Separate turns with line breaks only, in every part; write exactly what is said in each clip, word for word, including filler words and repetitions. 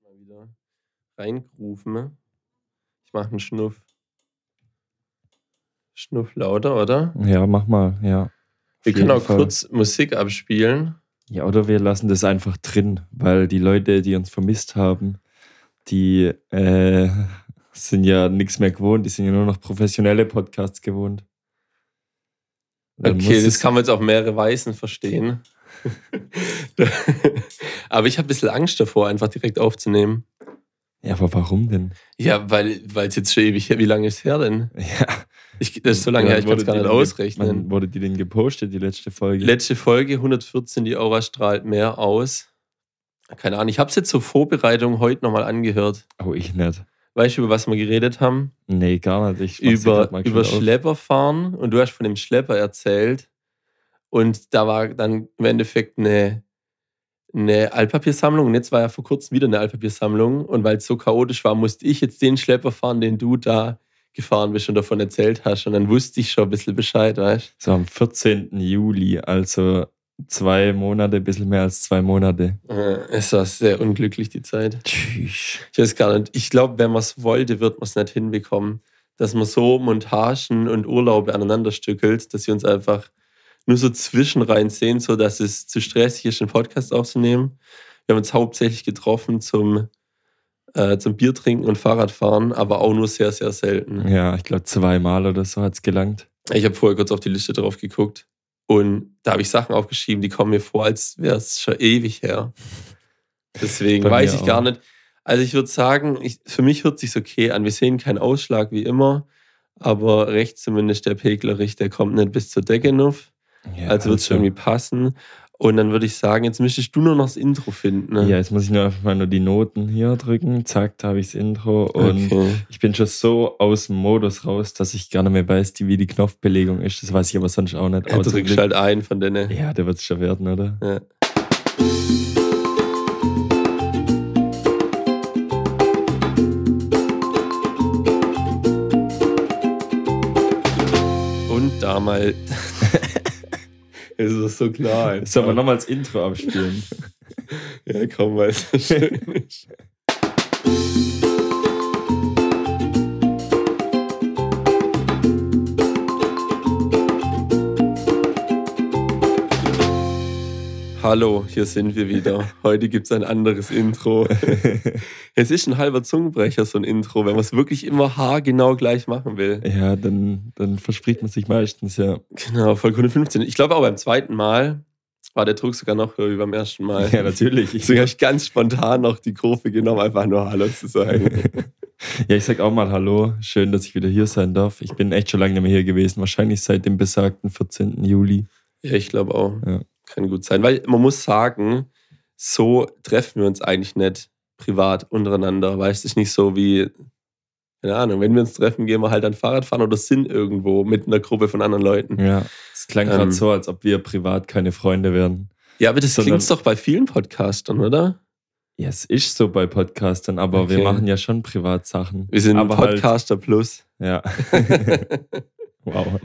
mal wieder reingerufen. Ich mache einen Schnuff. Schnuff lauter, oder?
Ja, mach mal, ja.
Wir können auch Fall. kurz Musik abspielen.
Ja, oder wir lassen das einfach drin, weil die Leute, die uns vermisst haben, die äh, sind ja nichts mehr gewohnt, die sind ja nur noch professionelle Podcasts gewohnt.
Dann okay, das kann man jetzt auf mehrere Weisen verstehen. Aber ich habe ein bisschen Angst davor, einfach direkt aufzunehmen.
Ja, aber warum denn?
Ja, weil es jetzt schon ewig her, wie lange ist es her denn?
Ja.
Ich, das ist so lange ja, her, ich kann es gar nicht ausrechnen.
Wann wurde die denn gepostet, die letzte Folge?
Letzte Folge, hundertvierzehn, die Aura strahlt mehr aus. Keine Ahnung, ich habe es jetzt zur Vorbereitung heute nochmal angehört.
Oh, ich nicht.
Weißt du, über was wir geredet haben?
Nee, gar nicht. Ich
über über Schlepperfahren und du hast von dem Schlepper erzählt und da war dann im Endeffekt eine, eine Altpapiersammlung und jetzt war ja vor kurzem wieder eine Altpapiersammlung und weil es so chaotisch war, musste ich jetzt den Schlepper fahren, den du da gefahren bist und davon erzählt hast und dann wusste ich schon ein bisschen Bescheid, weißt du?
So am vierzehnten Juli, also zwei Monate, ein bisschen mehr als zwei Monate.
Es war sehr unglücklich, die Zeit.
Tschüss.
Ich weiß gar nicht. Ich glaube, wenn man es wollte, wird man es nicht hinbekommen. Dass man so Montagen und Urlaube aneinander stückelt, dass wir uns einfach nur so zwischenrein sehen, so dass es zu stressig ist, einen Podcast aufzunehmen. Wir haben uns hauptsächlich getroffen zum, äh, zum Bier trinken und Fahrradfahren, aber auch nur sehr, sehr selten.
Ja, ich glaube zweimal oder so hat es gelangt.
Ich habe vorher kurz auf die Liste drauf geguckt. Und da habe ich Sachen aufgeschrieben, die kommen mir vor, als wäre es schon ewig her. Deswegen weiß ich auch gar nicht. Also ich würde sagen, ich, für mich hört es sich okay an. Wir sehen keinen Ausschlag wie immer, aber rechts zumindest der Peglerich, der kommt nicht bis zur Decke nuff. Ja, also wird es schon irgendwie passen. Und dann würde ich sagen, jetzt müsstest du nur noch das Intro finden. Ne?
Ja, jetzt muss ich nur einfach mal nur die Noten hier drücken. Zack, da habe ich das Intro. Und okay. Ich bin schon so aus dem Modus raus, dass ich gar nicht mehr weiß, wie die Knopfbelegung ist. Das weiß ich aber sonst auch nicht.
Ja, du drückst halt ein von denen.
Ja, der wird es schon werden, oder?
Ja. Und da mal... Es ist so klar. Einfach.
Sollen wir nochmal das Intro abspielen?
Ja, komm, weil es so schön ist. Hallo, hier sind wir wieder. Heute gibt es ein anderes Intro. Es ist ein halber Zungenbrecher, so ein Intro, wenn man es wirklich immer haargenau gleich machen will.
Ja, dann, dann verspricht man sich meistens, ja.
Genau, Folge hundertfünfzehn. Ich glaube auch beim zweiten Mal war der Druck sogar noch höher wie beim ersten Mal.
Ja, natürlich.
Ich habe ganz spontan noch die Kurve genommen, einfach nur Hallo zu sagen.
Ja, ich sag auch mal Hallo. Schön, dass ich wieder hier sein darf. Ich bin echt schon lange nicht mehr hier gewesen. Wahrscheinlich seit dem besagten vierzehnten Juli.
Ja, ich glaube auch. Ja. Kann gut sein. Weil man muss sagen, so treffen wir uns eigentlich nicht privat untereinander. Weißt du, es ist nicht so wie, keine Ahnung, wenn wir uns treffen, gehen wir halt dann Fahrrad fahren oder sind irgendwo mit einer Gruppe von anderen Leuten.
Ja, es klang ähm, gerade so, als ob wir privat keine Freunde wären.
Ja, aber das klingt doch bei vielen Podcastern, oder?
Ja, es ist so bei Podcastern, aber okay. Wir machen ja schon Privatsachen.
Wir sind
aber
Podcaster halt, Plus.
Ja. Wow.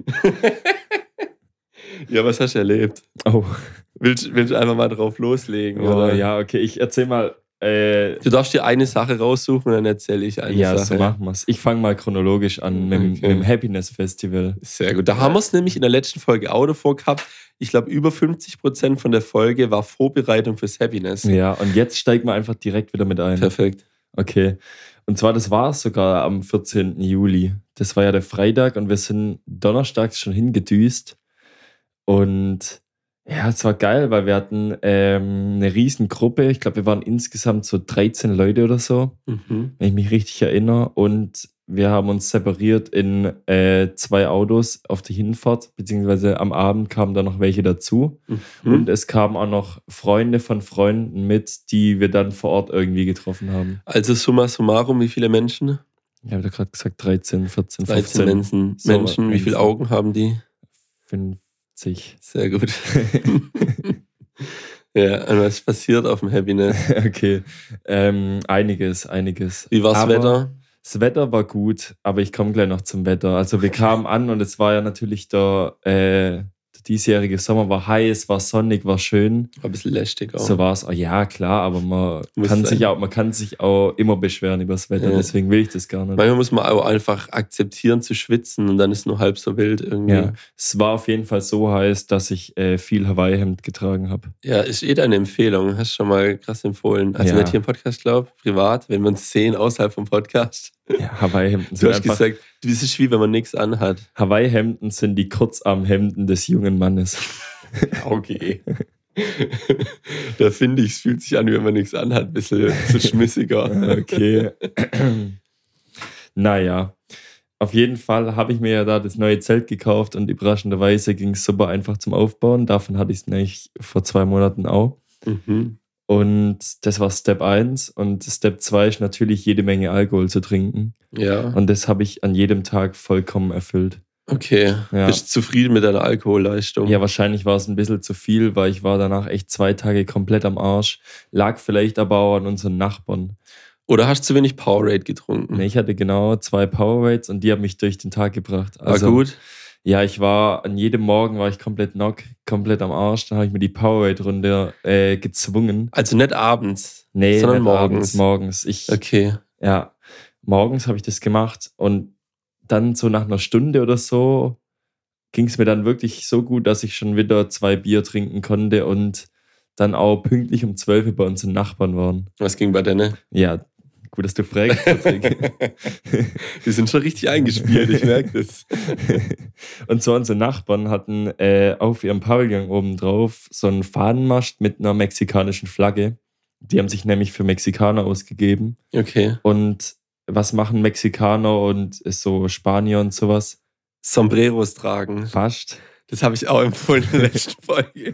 Ja, was hast du erlebt?
Oh.
Willst, willst du einfach mal drauf loslegen?
Oh,
oder?
Ja, okay, ich erzähl mal. Äh,
du darfst dir eine Sache raussuchen und dann erzähle ich eine
ja,
Sache.
Ja, so machen wir es. Ich fange mal chronologisch an mit, okay. mit dem Happiness Festival.
Sehr gut. Da ja. haben wir es nämlich in der letzten Folge auch davor gehabt. Ich glaube, über fünfzig Prozent von der Folge war Vorbereitung fürs Happiness.
Ja, und jetzt steigen wir einfach direkt wieder mit ein.
Perfekt.
Okay. Und zwar, das war es sogar am vierzehnten Juli. Das war ja der Freitag und wir sind donnerstags schon hingedüst. Und ja, es war geil, weil wir hatten ähm, eine riesen Gruppe. Ich glaube, wir waren insgesamt so dreizehn Leute oder so,
mhm.
wenn ich mich richtig erinnere. Und wir haben uns separiert in äh, zwei Autos auf die Hinfahrt, beziehungsweise am Abend kamen da noch welche dazu.
Mhm.
Und es kamen auch noch Freunde von Freunden mit, die wir dann vor Ort irgendwie getroffen haben.
Also summa summarum, wie viele Menschen?
Ich habe da gerade gesagt dreizehn, vierzehn,
fünfzehn. dreizehn Menschen. So, Menschen. Wie viele Augen haben die?
Fünf.
Sehr gut. Ja, und was passiert auf dem Happiness?
Okay, ähm, einiges, einiges.
Wie war das Wetter?
Das Wetter war gut, aber ich komme gleich noch zum Wetter. Also wir kamen an und es war ja natürlich der, äh, der diesjährige Sommer war heiß, war sonnig, war schön.
War ein bisschen lästig auch.
So war es. Oh, ja, klar, aber man kann, sich auch, man kann sich auch immer beschweren über das Wetter, ja. Deswegen will ich das gar nicht.
Manchmal muss man auch einfach akzeptieren zu schwitzen und dann ist es nur halb so wild irgendwie.
Ja, es war auf jeden Fall so heiß, dass ich äh, viel Hawaii-Hemd getragen habe.
Ja, ist eh deine Empfehlung. Hast du schon mal krass empfohlen. Also
Ja.
nicht hier im Podcast, glaube ich, privat, wenn wir uns sehen außerhalb vom Podcast.
Ja, Hawaii-Hemden
Du
sind
hast
einfach...
gesagt, das ist wie wenn man nichts anhat.
Hawaii-Hemden sind die Kurzarmhemden des jungen Mannes.
Okay. Da finde ich, es fühlt sich an, wie wenn man nichts anhat. Ein bisschen, bisschen schmissiger.
Okay. Naja, auf jeden Fall habe ich mir ja da das neue Zelt gekauft und überraschenderweise ging es super einfach zum Aufbauen. Davon hatte ich es nämlich vor zwei Monaten auch.
Mhm.
Und das war Step eins. Und Step zwei ist natürlich jede Menge Alkohol zu trinken.
Ja.
Und das habe ich an jedem Tag vollkommen erfüllt.
Okay.
Ja.
Bist du zufrieden mit deiner Alkoholleistung?
Ja, wahrscheinlich war es ein bisschen zu viel, weil ich war danach echt zwei Tage komplett am Arsch. Lag vielleicht aber auch an unseren Nachbarn.
Oder hast du zu wenig Powerade getrunken?
Nee, ich hatte genau zwei Powerades und die haben mich durch den Tag gebracht. Also,
war gut?
Ja, ich war, an jedem Morgen war ich komplett knock, komplett am Arsch. Dann habe ich mir die Powerade-Runde äh, gezwungen.
Also nicht abends,
Nee,
sondern
nicht
morgens.
abends, morgens. Ich,
Okay.
Ja, morgens habe ich das gemacht und dann so nach einer Stunde oder so ging es mir dann wirklich so gut, dass ich schon wieder zwei Bier trinken konnte und dann auch pünktlich um zwölf Uhr bei unseren Nachbarn waren.
Was ging bei denen?
Ja, gut, dass du fragst, Patrick.
Die sind schon richtig eingespielt, ich merke das.
Und so unsere Nachbarn hatten äh, auf ihrem Pavillon oben drauf so einen Fahnenmast mit einer mexikanischen Flagge. Die haben sich nämlich für Mexikaner ausgegeben.
Okay.
Und was machen Mexikaner und so Spanier und sowas?
Sombreros tragen.
Fast.
Das habe ich auch empfohlen in der letzten Folge.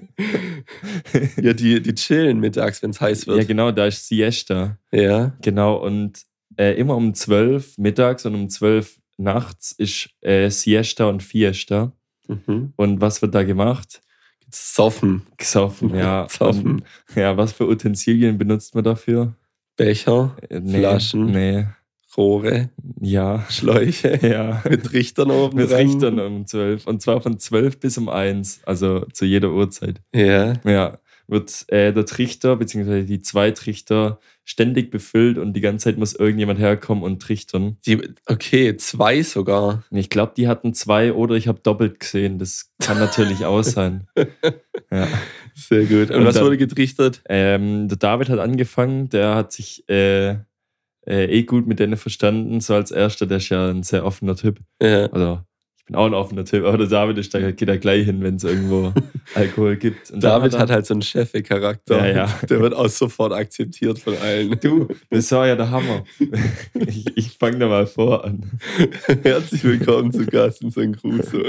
Ja, die, die chillen mittags, wenn es heiß wird.
Ja, genau, da ist Siesta.
Ja.
Genau, und äh, immer um zwölf mittags und um zwölf nachts ist äh, Siesta und Fiesta.
Mhm.
Und was wird da gemacht?
Soffen.
Gesoffen, ja.
Soffen.
Und, ja, was für Utensilien benutzt man dafür?
Becher,
Äh, nee,
Flaschen,
Nee,
Rohre,
ja.
Schläuche.
Ja.
Mit Richtern oben
Mit
dran.
Richtern um zwölf. Und zwar von zwölf bis um eins. Also zu jeder Uhrzeit.
Ja.
Ja. Wird äh, der Trichter, beziehungsweise die zwei Trichter, ständig befüllt und die ganze Zeit muss irgendjemand herkommen und trichtern.
Die, okay, zwei sogar.
Ich glaube, die hatten zwei oder ich habe doppelt gesehen. Das kann natürlich auch sein. Ja.
Sehr gut. Und,
Und
was
dann-
wurde getrichtert?
Ähm, der David hat angefangen, der hat sich äh, äh, eh gut mit denen verstanden. So als erster, der ist ja ein sehr offener Typ.
Ja.
Also, ich bin auch ein offener Typ, aber der David ist da, geht da gleich hin, wenn es irgendwo Alkohol gibt. Und dann
David
er-
hat halt so einen Chefcharakter.
Ja, ja.
Der wird auch sofort akzeptiert von allen.
Du, das war ja der Hammer. Ich, ich fange da mal vor an.
Herzlich willkommen zu Gast in Sankt Crusoe.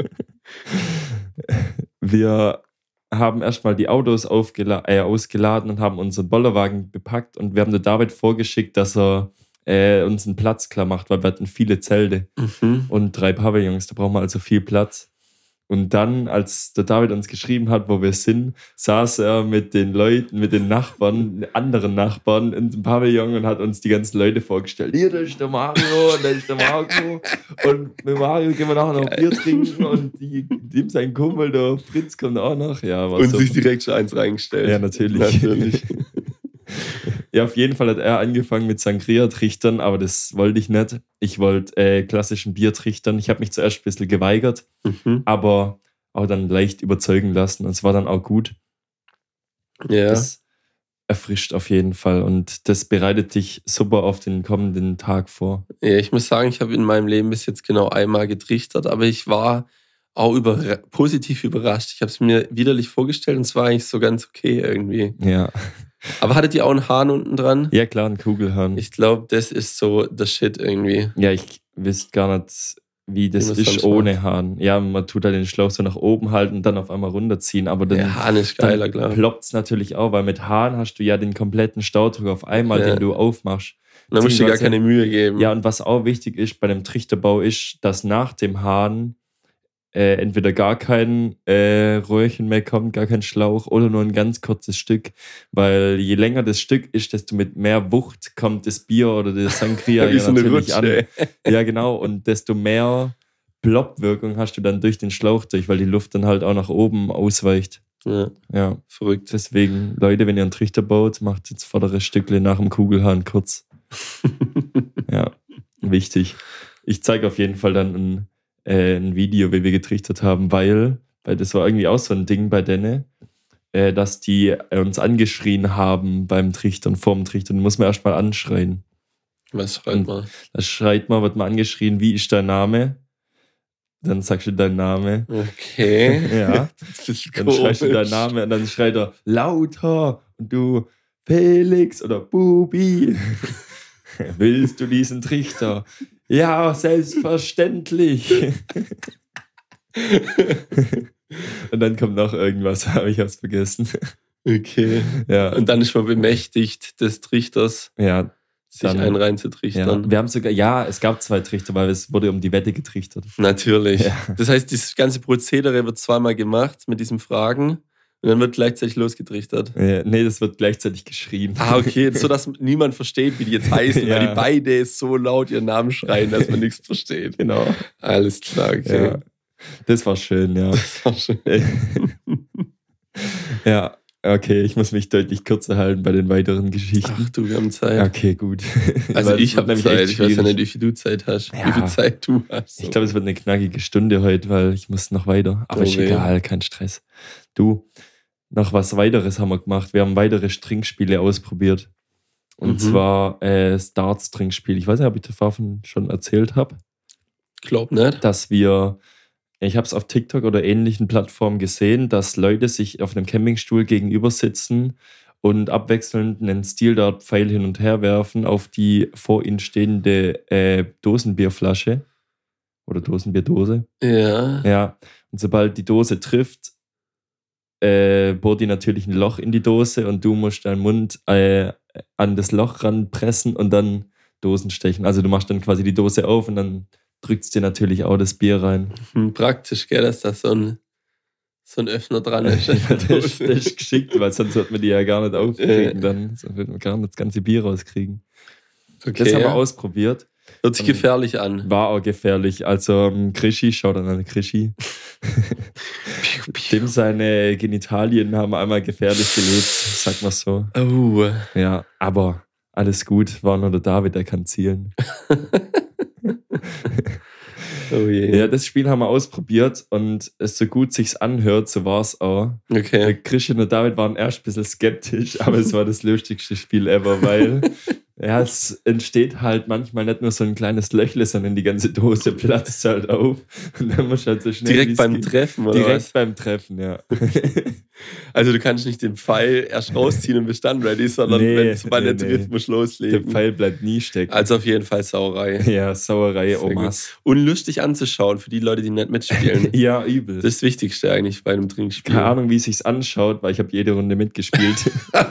Wir haben erstmal die Autos aufgela- äh, ausgeladen und haben unseren Bollerwagen bepackt und wir haben der David vorgeschickt, dass er äh, uns einen Platz klar macht, weil wir hatten viele Zelte
Mhm.
und drei Pavillons, da brauchen wir also viel Platz. Und dann, als der David uns geschrieben hat, wo wir sind, saß er mit den Leuten, mit den Nachbarn, anderen Nachbarn in dem Pavillon und hat uns die ganzen Leute vorgestellt. Hier, da ist der Mario und da ist der Marco. Und mit Mario gehen wir nachher noch Bier trinken und die, dem sein Kumpel, der Fritz, kommt auch noch. Ja, war
Und
so.
sich direkt schon eins reingestellt.
Ja, natürlich.
Natürlich.
Ja, auf jeden Fall hat er angefangen mit Sangria-Trichtern, aber das wollte ich nicht. Ich wollte äh, klassischen Bier trichtern. Ich habe mich zuerst ein bisschen geweigert,
Mhm.
aber auch dann leicht überzeugen lassen und es war dann auch gut.
Ja.
Das erfrischt auf jeden Fall und das bereitet dich super auf den kommenden Tag vor.
ja, ich muss sagen, ich habe in meinem Leben bis jetzt genau einmal getrichtert, aber ich war auch überra- positiv überrascht. Ich habe es mir widerlich vorgestellt und es war eigentlich so ganz okay irgendwie.
Ja,
Aber hattet ihr auch einen Hahn unten dran?
ja klar, ein Kugelhahn.
Ich glaube, das ist so der Shit irgendwie.
ja, ich wüsste gar nicht, wie das
Wie man
ist
sonst
ohne Hahn. Ja, man tut halt den Schlauch so nach oben halten und dann auf einmal runterziehen, aber dann...
Der Hahn ist geiler,
Dann
klar. Und
ploppt es natürlich auch, weil mit Hahn hast du ja den kompletten Staudruck auf einmal,
Ja.
den du aufmachst.
dann musst du dir gar
beziehungsweise-
keine Mühe geben.
Ja, und was auch wichtig ist bei dem Trichterbau ist, dass nach dem Hahn äh, entweder gar kein äh, Röhrchen mehr kommt, gar kein Schlauch oder nur ein ganz kurzes Stück, weil je länger das Stück ist, desto mit mehr Wucht kommt das Bier oder das Sangria
Wie
ja
so eine
natürlich
Rutsche.
an. Ja, genau, und desto mehr Blobwirkung hast du dann durch den Schlauch durch, weil die Luft dann halt auch nach oben ausweicht.
Ja,
ja.
Verrückt.
Deswegen, Leute, wenn ihr einen Trichter baut, macht jetzt vordere Stückle nach dem Kugelhahn kurz. Ja, wichtig. Ich zeige auf jeden Fall dann ein, äh, ein Video, wie wir getrichtert haben, weil, weil das war irgendwie auch so ein Ding bei denen, äh, dass die uns angeschrien haben beim Trichtern, vorm Trichtern. Muss man erstmal anschreien.
Was schreit man?
Da schreit man, wird man angeschrien, wie ist dein Name? Dann sagst du deinen Namen.
Okay.
Ja. Dann schreist du deinen Namen und dann schreit er lauter und du Felix oder Bubi. Willst du diesen Trichter? Ja, selbstverständlich. Und dann kommt noch irgendwas, aber ich hab's vergessen.
Okay.
Ja.
Und dann ist man bemächtigt des Trichters.
Ja.
Sich
Dann,
einen reinzutrichtern.
Ja. Wir haben sogar, ja, es gab zwei Trichter, weil es wurde um die Wette getrichtert.
Natürlich.
Ja.
Das heißt, das ganze Prozedere wird zweimal gemacht mit diesen Fragen und dann wird gleichzeitig losgetrichtert.
Ja, nee, das wird gleichzeitig geschrien.
Ah, okay, so dass niemand versteht, wie die jetzt heißen,
Ja.
weil die beide so laut ihren Namen schreien, dass man nichts versteht.
Genau.
Alles klar, okay.
Ja. Das war schön, ja.
Das war schön.
Ja, okay, ich muss mich deutlich kürzer halten bei den weiteren Geschichten.
Ach du, wir haben Zeit.
Okay, gut.
Also
Weil es
ich
wird
habe
nämlich
Zeit,
echt
ich weiß ja
schwierig.
nicht, wie viel du Zeit hast,
Ja.
wie viel Zeit du hast.
Ich glaube, es wird eine knackige Stunde heute, weil ich muss noch weiter. Aber
Oh
ist
weh.
egal, kein Stress. Du, noch was weiteres haben wir gemacht. Wir haben weitere Trinkspiele ausprobiert. Und
Mhm.
zwar äh, Starts-Trinkspiel. Ich weiß nicht, ob ich davon schon erzählt habe,
Glaub nicht.
dass wir, ich habe es auf TikTok oder ähnlichen Plattformen gesehen, dass Leute sich auf einem Campingstuhl gegenüber sitzen und abwechselnd einen Steel-Dart-Pfeil hin und her werfen auf die vor ihnen stehende äh, Dosenbierflasche oder Dosenbierdose.
Ja.
Ja, und sobald die Dose trifft, äh, bohrt die natürlich ein Loch in die Dose und du musst deinen Mund äh, an das Loch ranpressen und dann Dosen stechen. Also du machst dann quasi die Dose auf und dann drückst dir natürlich auch das Bier rein.
Hm, praktisch, gell, dass da so ein, so ein Öffner dran ist.
Ja, das, ist, das ist geschickt, weil sonst wird man die ja gar nicht aufkriegen.
Äh.
Dann sonst wird man gar nicht das ganze Bier rauskriegen.
Okay,
Das haben wir
ja.
ausprobiert.
Hört sich gefährlich an.
War auch gefährlich. Also ähm, Krischi, schaut an eine Krischi. Dem seine Genitalien haben einmal gefährlich gelebt, sag mal so.
Oh.
Ja, aber alles gut. War nur der David, der kann zielen.
Oh je.
Ja, das Spiel haben wir ausprobiert und es so gut sich's anhört, so war es auch. Der
Okay.
Christian und David waren erst ein bisschen skeptisch, aber es war das lustigste Spiel ever, weil ja, es entsteht halt manchmal nicht nur so ein kleines Löchle, sondern die ganze Dose platzt halt auf. Und dann musst du halt so schnell
Direkt
wie's
beim
geht-
Treffen, oder
Direkt
was?
beim Treffen, ja.
Also du kannst nicht den Pfeil erst rausziehen und bist dann ready, sondern
Nee,
wenn sobald
nee,
er trifft,
nee.
musst du
Der
loslegen.
Pfeil bleibt nie stecken.
Also auf jeden Fall Sauerei.
ja, Sauerei,
Sehr
Omas.
Und lustig anzuschauen für die Leute, die nicht mitspielen.
Ja, übel.
Das ist das Wichtigste eigentlich bei einem Trinkspiel.
Keine Ahnung, wie es sich anschaut, weil ich habe jede Runde mitgespielt.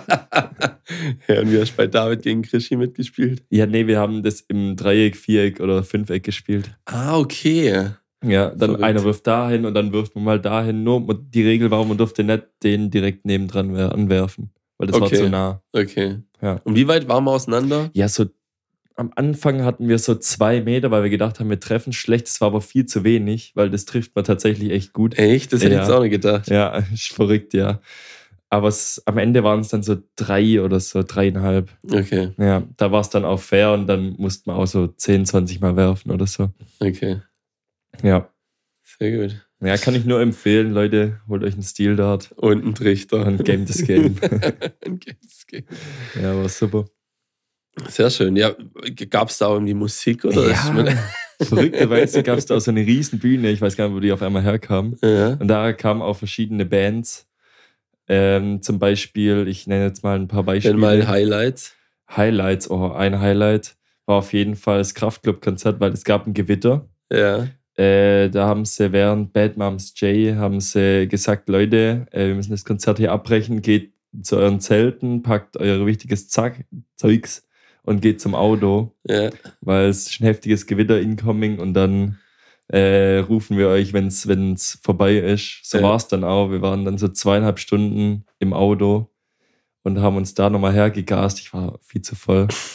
Ja, und wie hast du bei David gegen Krischi mitgespielt?
Ja, nee, wir haben das im Dreieck, Viereck oder Fünfeck gespielt.
Ah, okay.
Ja, dann
Verrückt.
einer wirft dahin und dann wirft man mal dahin. Nur die Regel war, man durfte nicht den direkt nebendran wer- anwerfen, weil das
Okay.
war zu nah.
Okay.
Ja.
Und wie weit waren wir auseinander?
Ja, so am Anfang hatten wir so zwei Meter, weil wir gedacht haben, wir treffen schlecht. Das war aber viel zu wenig, weil das trifft man tatsächlich echt gut.
Echt? Das hätte ich
Ja.
jetzt auch nicht gedacht.
Ja, ist verrückt, ja. Aber es, am Ende waren es dann so drei oder so, dreieinhalb.
Okay,
Ja, da war es dann auch fair und dann musste man auch so zehn, zwanzig Mal werfen oder so.
okay.
Ja.
Sehr gut.
Ja, kann ich nur empfehlen, Leute, holt euch einen Steel Dart
Und ein Trichter.
und game das Game.
Ein Games Game.
Ja, war super.
Sehr schön. Ja, gab es da irgendwie Musik oder?
Ja, verrückterweise gab es da auch so eine riesen Bühne, ich weiß gar nicht, wo die auf einmal herkam.
Ja.
Und da kamen auch verschiedene Bands. Ähm, zum Beispiel, ich nenne jetzt mal ein paar Beispiele.
Dann mal Highlights.
Highlights, oh, ein Highlight war auf jeden Fall das Kraftclub-Konzert, weil es gab ein Gewitter.
Ja.
Äh, da haben sie während Bad Moms J haben sie gesagt, Leute, äh, wir müssen das Konzert hier abbrechen, geht zu euren Zelten, packt euer wichtiges Zack, Zeugs und geht zum Auto,
Ja.
weil es ist ein heftiges Gewitter incoming und dann äh, rufen wir euch, wenn es vorbei ist. So
Ja.
war es dann auch. Wir waren dann so zweieinhalb Stunden im Auto und haben uns da nochmal hergegast. Ich war viel zu voll.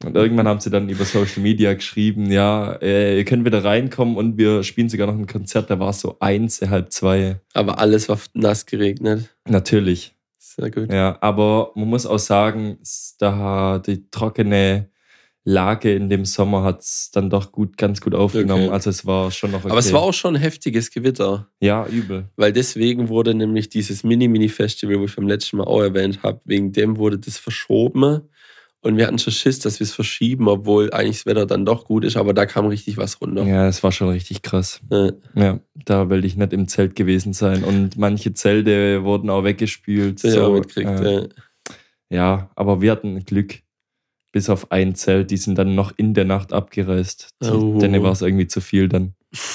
Und irgendwann haben sie dann über Social Media geschrieben, ja, äh, ihr könnt wieder reinkommen und wir spielen sogar noch ein Konzert, da war es so eins, halb zwei.
Aber alles war nass geregnet.
Natürlich.
Sehr gut.
Ja, aber man muss auch sagen, da die trockene Lage in dem Sommer hat es dann doch gut, ganz gut aufgenommen. Okay. Also es war schon noch okay.
Aber es war auch schon ein heftiges Gewitter.
Ja, übel.
Weil deswegen wurde nämlich dieses Mini-Mini-Festival, wo ich beim letzten Mal auch erwähnt habe, wegen dem wurde das verschoben. Und wir hatten schon Schiss, dass wir es verschieben, obwohl eigentlich das Wetter dann doch gut ist. Aber da kam richtig was runter.
Ja, das war schon richtig krass. Ja, ja, da wollte ich nicht im Zelt gewesen sein. Und manche Zelte wurden auch weggespült.
Das so, ja, mitgekriegt, äh,
ja. ja, aber wir hatten Glück. Bis auf ein Zelt, die sind dann noch in der Nacht abgereist. Oh. Denen war es irgendwie zu viel dann.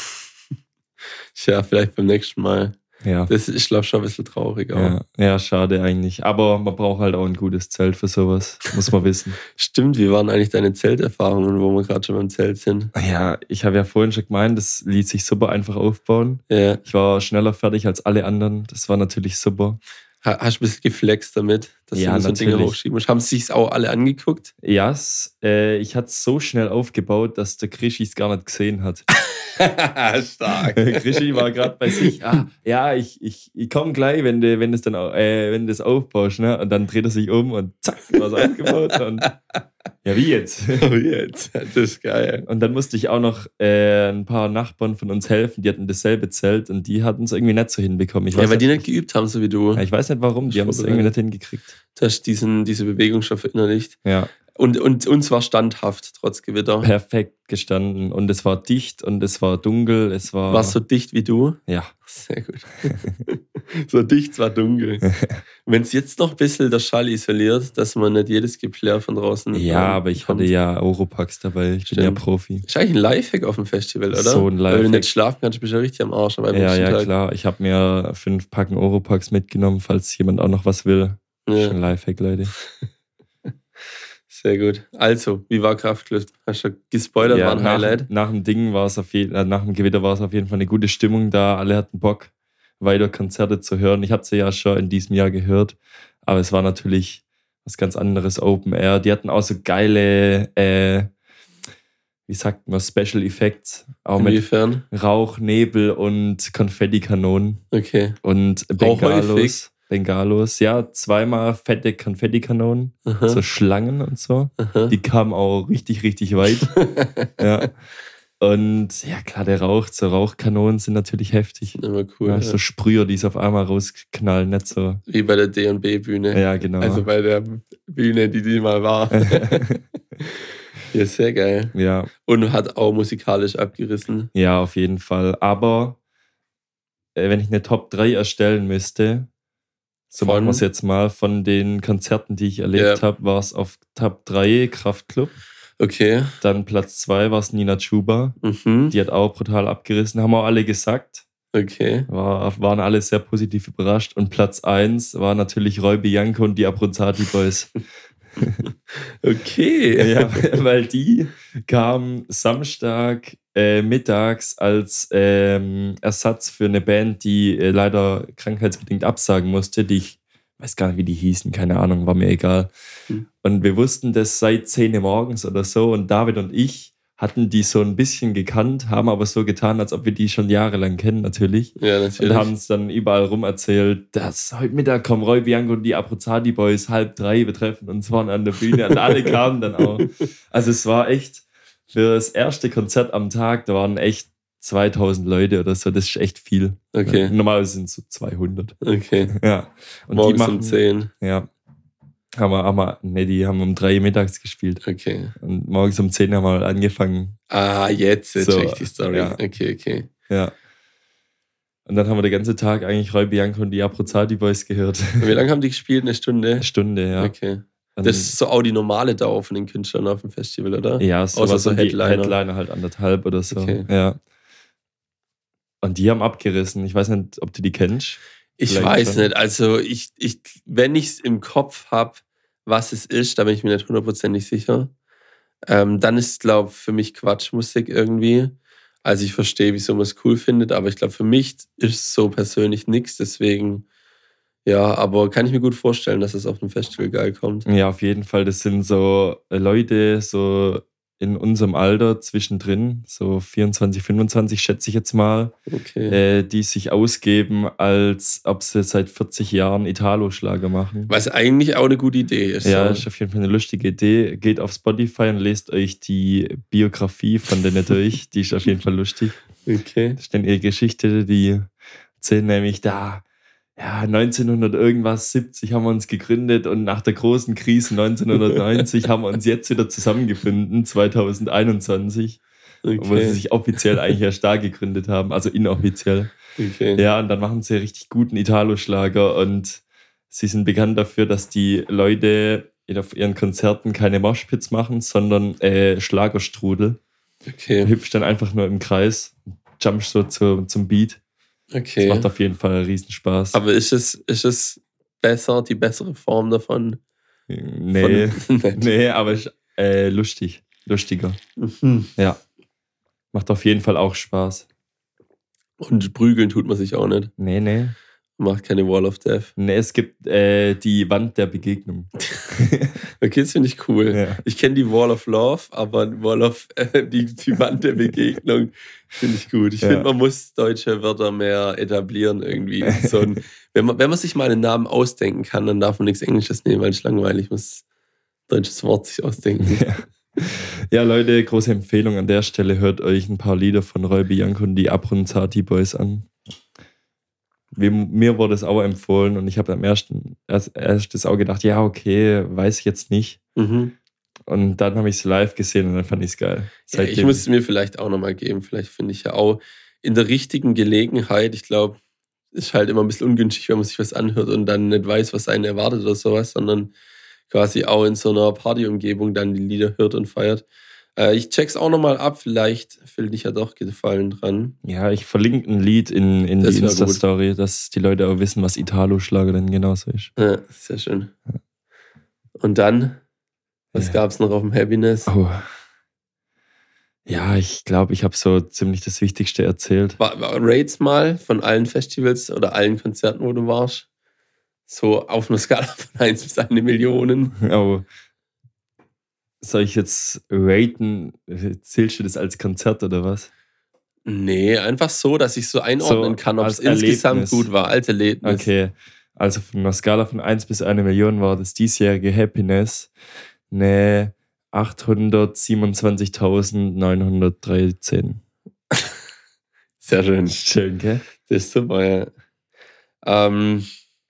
Tja, vielleicht beim nächsten Mal.
Ja.
Das ist, ich glaube, schon ein bisschen traurig.
Ja. ja, schade eigentlich. Aber man braucht halt auch ein gutes Zelt für sowas. Muss man wissen.
Stimmt, wie waren eigentlich deine Zelterfahrungen, wo wir gerade schon beim Zelt sind?
Ja, ich habe ja vorhin schon gemeint, das ließ sich super einfach aufbauen.
Ja.
Ich war schneller fertig als alle anderen. Das war natürlich super.
Hast du ein bisschen geflext damit, dass
ja,
du so Dinge hochschieben musst? Haben sie sich auch alle angeguckt?
Ja, äh, ich hatte es so schnell aufgebaut, dass der Krischi es gar nicht gesehen hat.
Stark.
Krischi war gerade bei sich. Ah, ja, ich, ich, ich komme gleich, wenn du wenn das dann äh, wenn das aufbaust, ne? Und dann dreht er sich um und zack, war es aufgebaut. Und ja, wie jetzt?
Oh, jetzt. Das ist geil.
Und dann musste ich auch noch äh, ein paar Nachbarn von uns helfen, die hatten dasselbe Zelt und die hatten es irgendwie nicht so hinbekommen. Ich
ja,
weiß
weil
nicht,
die nicht geübt haben, so wie du.
Ja, ich weiß nicht warum, die haben es irgendwie nicht hingekriegt.
Du hast diesen, diese Bewegung schon verinnerlicht.
Ja.
Und, und uns war standhaft, trotz Gewitter.
Perfekt gestanden. Und es war dicht und es war dunkel. Es war.
Warst so dicht wie du?
Ja.
Sehr gut. So dicht, zwar dunkel. Wenn es jetzt noch ein bisschen der Schall isoliert, dass man nicht jedes Geplärr von draußen.
Ja, aber ich hatte ja Oropax dabei. Ich Stimmt. bin ja Profi.
Ist eigentlich ein Lifehack auf dem Festival, oder?
So ein Lifehack.
Wenn du nicht schlafen kannst, bist du ja richtig am Arsch. Aber
ja, ja,
Tag.
klar. Ich habe mir fünf Packen Oropax mitgenommen, falls jemand auch noch was will. Ja. Ist ein Lifehack, Leute.
Sehr gut. Also, wie war Kraftklub? Hast du gespoilert,
ja,
war ein
nach,
Highlight?
Nach dem Ding war es auf jeden, äh, nach dem Gewitter war es auf jeden Fall eine gute Stimmung da. Alle hatten Bock, weiter Konzerte zu hören. Ich habe sie ja schon in diesem Jahr gehört, aber es war natürlich was ganz anderes, Open Air. Die hatten auch so geile, äh, wie sagt man, Special Effects. Auch
Inwiefern?
mit Rauch, Nebel und Konfettikanonen.
Okay.
Und Bengalos. Bengalos, ja, zweimal fette Konfettikanonen,
Aha.
so Schlangen und so.
Aha.
Die kamen auch richtig, richtig weit. Ja. Und ja, klar, der Rauch, so Rauchkanonen sind natürlich heftig.
Immer cool.
Ja,
ja.
So Sprüher, die es auf einmal rausknallen, nicht so.
Wie bei der D und B-Bühne.
Ja, genau.
Also bei der Bühne, die die mal war. Ja, sehr geil.
Ja.
Und hat auch musikalisch abgerissen.
Ja, auf jeden Fall. Aber äh, wenn ich eine Top drei erstellen müsste, so
von?
machen wir es jetzt mal, von den Konzerten, die ich erlebt ja. habe, war es auf Top drei Kraftklub.
Okay.
Dann Platz zwei war es Nina Chuba.
Mhm.
Die hat auch brutal abgerissen, haben auch alle gesagt.
Okay.
War, waren alle sehr positiv überrascht. Und Platz eins war natürlich Roy Bianco und die Abruzzati Boys.
Okay.
Ja, weil die kamen Samstag äh, mittags als ähm, Ersatz für eine Band, die äh, leider krankheitsbedingt absagen musste, die ich weiß gar nicht, wie die hießen, keine Ahnung, war mir egal.
Hm.
Und wir wussten das seit zehn Uhr morgens oder so und David und ich hatten die so ein bisschen gekannt, haben aber so getan, als ob wir die schon jahrelang kennen, natürlich.
Ja, natürlich.
Und haben es dann überall rum erzählt, dass heute Mittag kommen Roy Bianco und die Abruzzati Boys halb drei, wir treffen uns vorne an der Bühne und alle kamen dann auch. Also es war echt, für das erste Konzert am Tag, da waren echt zweitausend Leute oder so, das ist echt viel.
Okay.
Normalerweise sind es so zweihundert.
Okay.
Ja. Und
morgens
die machen,
um zehn.
Ja. Haben wir, haben wir, nee, die haben um drei mittags gespielt.
Okay.
Und morgens um zehn haben wir angefangen.
Ah, jetzt, jetzt
so,
check ich die Story.
Ja.
Okay, okay.
Ja. Und dann haben wir den ganzen Tag eigentlich Roy Bianco und die Abruzzati Boys gehört.
Und wie lange haben die gespielt? Eine Stunde?
Eine Stunde, ja.
Okay. Und das ist so auch die normale Dauer von den Künstlern auf dem Festival, oder?
Ja, so
außer
was
so
Headliner.
Headliner.
Headliner halt anderthalb oder so.
Okay.
Ja. Und die haben abgerissen. Ich weiß nicht, ob du die kennst.
Ich
Vielleicht
weiß
schon.
nicht. Also, ich, ich, wenn ich es im Kopf habe, was es ist, da bin ich mir nicht hundertprozentig sicher. Ähm, dann ist, glaube ich, für mich Quatschmusik irgendwie. Also, ich verstehe, wieso man es cool findet, aber ich glaube, für mich ist es so persönlich nichts. Deswegen, Ja, aber kann ich mir gut vorstellen, dass es auf einem Festival geil kommt.
Ja, auf jeden Fall. Das sind so Leute, so in unserem Alter zwischendrin, so vierundzwanzig, fünfundzwanzig schätze ich jetzt mal,
Okay.
äh, die sich ausgeben, als ob sie seit vierzig Jahren Italo-Schlager machen.
Was eigentlich auch eine gute Idee ist.
Ja,
so.
ist auf jeden Fall eine lustige Idee. Geht auf Spotify und lest euch die Biografie von denen durch. Die ist auf jeden Fall lustig.
Okay.
Das ist dann ihre Geschichte, die erzählen nämlich da, ja, neunzehnhundert irgendwas, siebzig haben wir uns gegründet und nach der großen Krise neunzehnhundertneunzig haben wir uns jetzt wieder zusammengefunden, zweitausendeinundzwanzig,
Okay.
wo sie sich offiziell eigentlich erst da gegründet haben, also inoffiziell.
Okay.
Ja, und dann machen sie richtig guten Italo-Schlager und sie sind bekannt dafür, dass die Leute auf ihren Konzerten keine Moshpits machen, sondern äh, Schlagerstrudel.
Okay.
Du hüpfst dann einfach nur im Kreis, jumpst so zu, zum Beat.
Okay.
Das macht auf jeden Fall riesen Spaß.
Aber ist es, ist es besser, die bessere Form davon?
Nee,
Von,
nee, aber ist, äh, lustig. Lustiger.
Mhm.
Ja. Macht auf jeden Fall auch Spaß.
Und prügeln tut man sich auch nicht.
Nee, nee.
Macht keine Wall of Death.
Nee, es gibt äh, die Wand der Begegnung.
Okay, das finde ich cool.
Ja.
Ich kenne die Wall of Love, aber Wall of äh, die, die Wand der Begegnung finde ich gut. Ich
Ja.
finde, man muss deutsche Wörter mehr etablieren irgendwie. So ein, wenn, man, wenn man sich mal einen Namen ausdenken kann, dann darf man nichts Englisches nehmen, weil es langweilig muss. Deutsches Wort sich ausdenken.
Ja. Ja, Leute, große Empfehlung an der Stelle. Hört euch ein paar Lieder von Roy Bianco und die Abronzati Boys an. Mir, mir wurde es auch empfohlen und ich habe am ersten als erstes auch gedacht, ja, okay, weiß ich jetzt nicht.
Mhm.
Und dann habe ich es live gesehen und dann fand ich es geil.
Ja, ich muss es mir vielleicht auch nochmal geben. Vielleicht finde ich ja auch in der richtigen Gelegenheit, ich glaube, es ist halt immer ein bisschen ungünstig, wenn man sich was anhört und dann nicht weiß, was einen erwartet oder sowas, sondern quasi auch in so einer Partyumgebung dann die Lieder hört und feiert. Äh, ich check's auch nochmal ab, vielleicht finde ich ja doch Gefallen dran.
Ja, ich verlinke ein Lied in, in
Das
die
wär
Insta-Story, dass die Leute auch wissen, was Italo-Schlager denn genauso ist.
Ja, sehr schön. Und dann, was
Ja.
gab's noch auf dem Happiness?
Oh. Ja, ich glaube, ich habe so ziemlich das Wichtigste erzählt.
War, war Rates mal von allen Festivals oder allen Konzerten, wo du warst? So auf einer Skala von eins bis eine Million.
Oh. Soll ich jetzt raten? Zählst du das als Konzert oder was?
Nee, einfach so, dass ich so einordnen
So,
kann, ob
als
es insgesamt
Erlebnis.
gut war. Als Erlebnis.
Okay, also von einer Skala von eins bis eine Million war das diesjährige Happiness eine achthundertsiebenundzwanzigtausendneunhundertdreizehn.
Sehr schön.
Schön, gell?
Das ist super, ja. Ähm,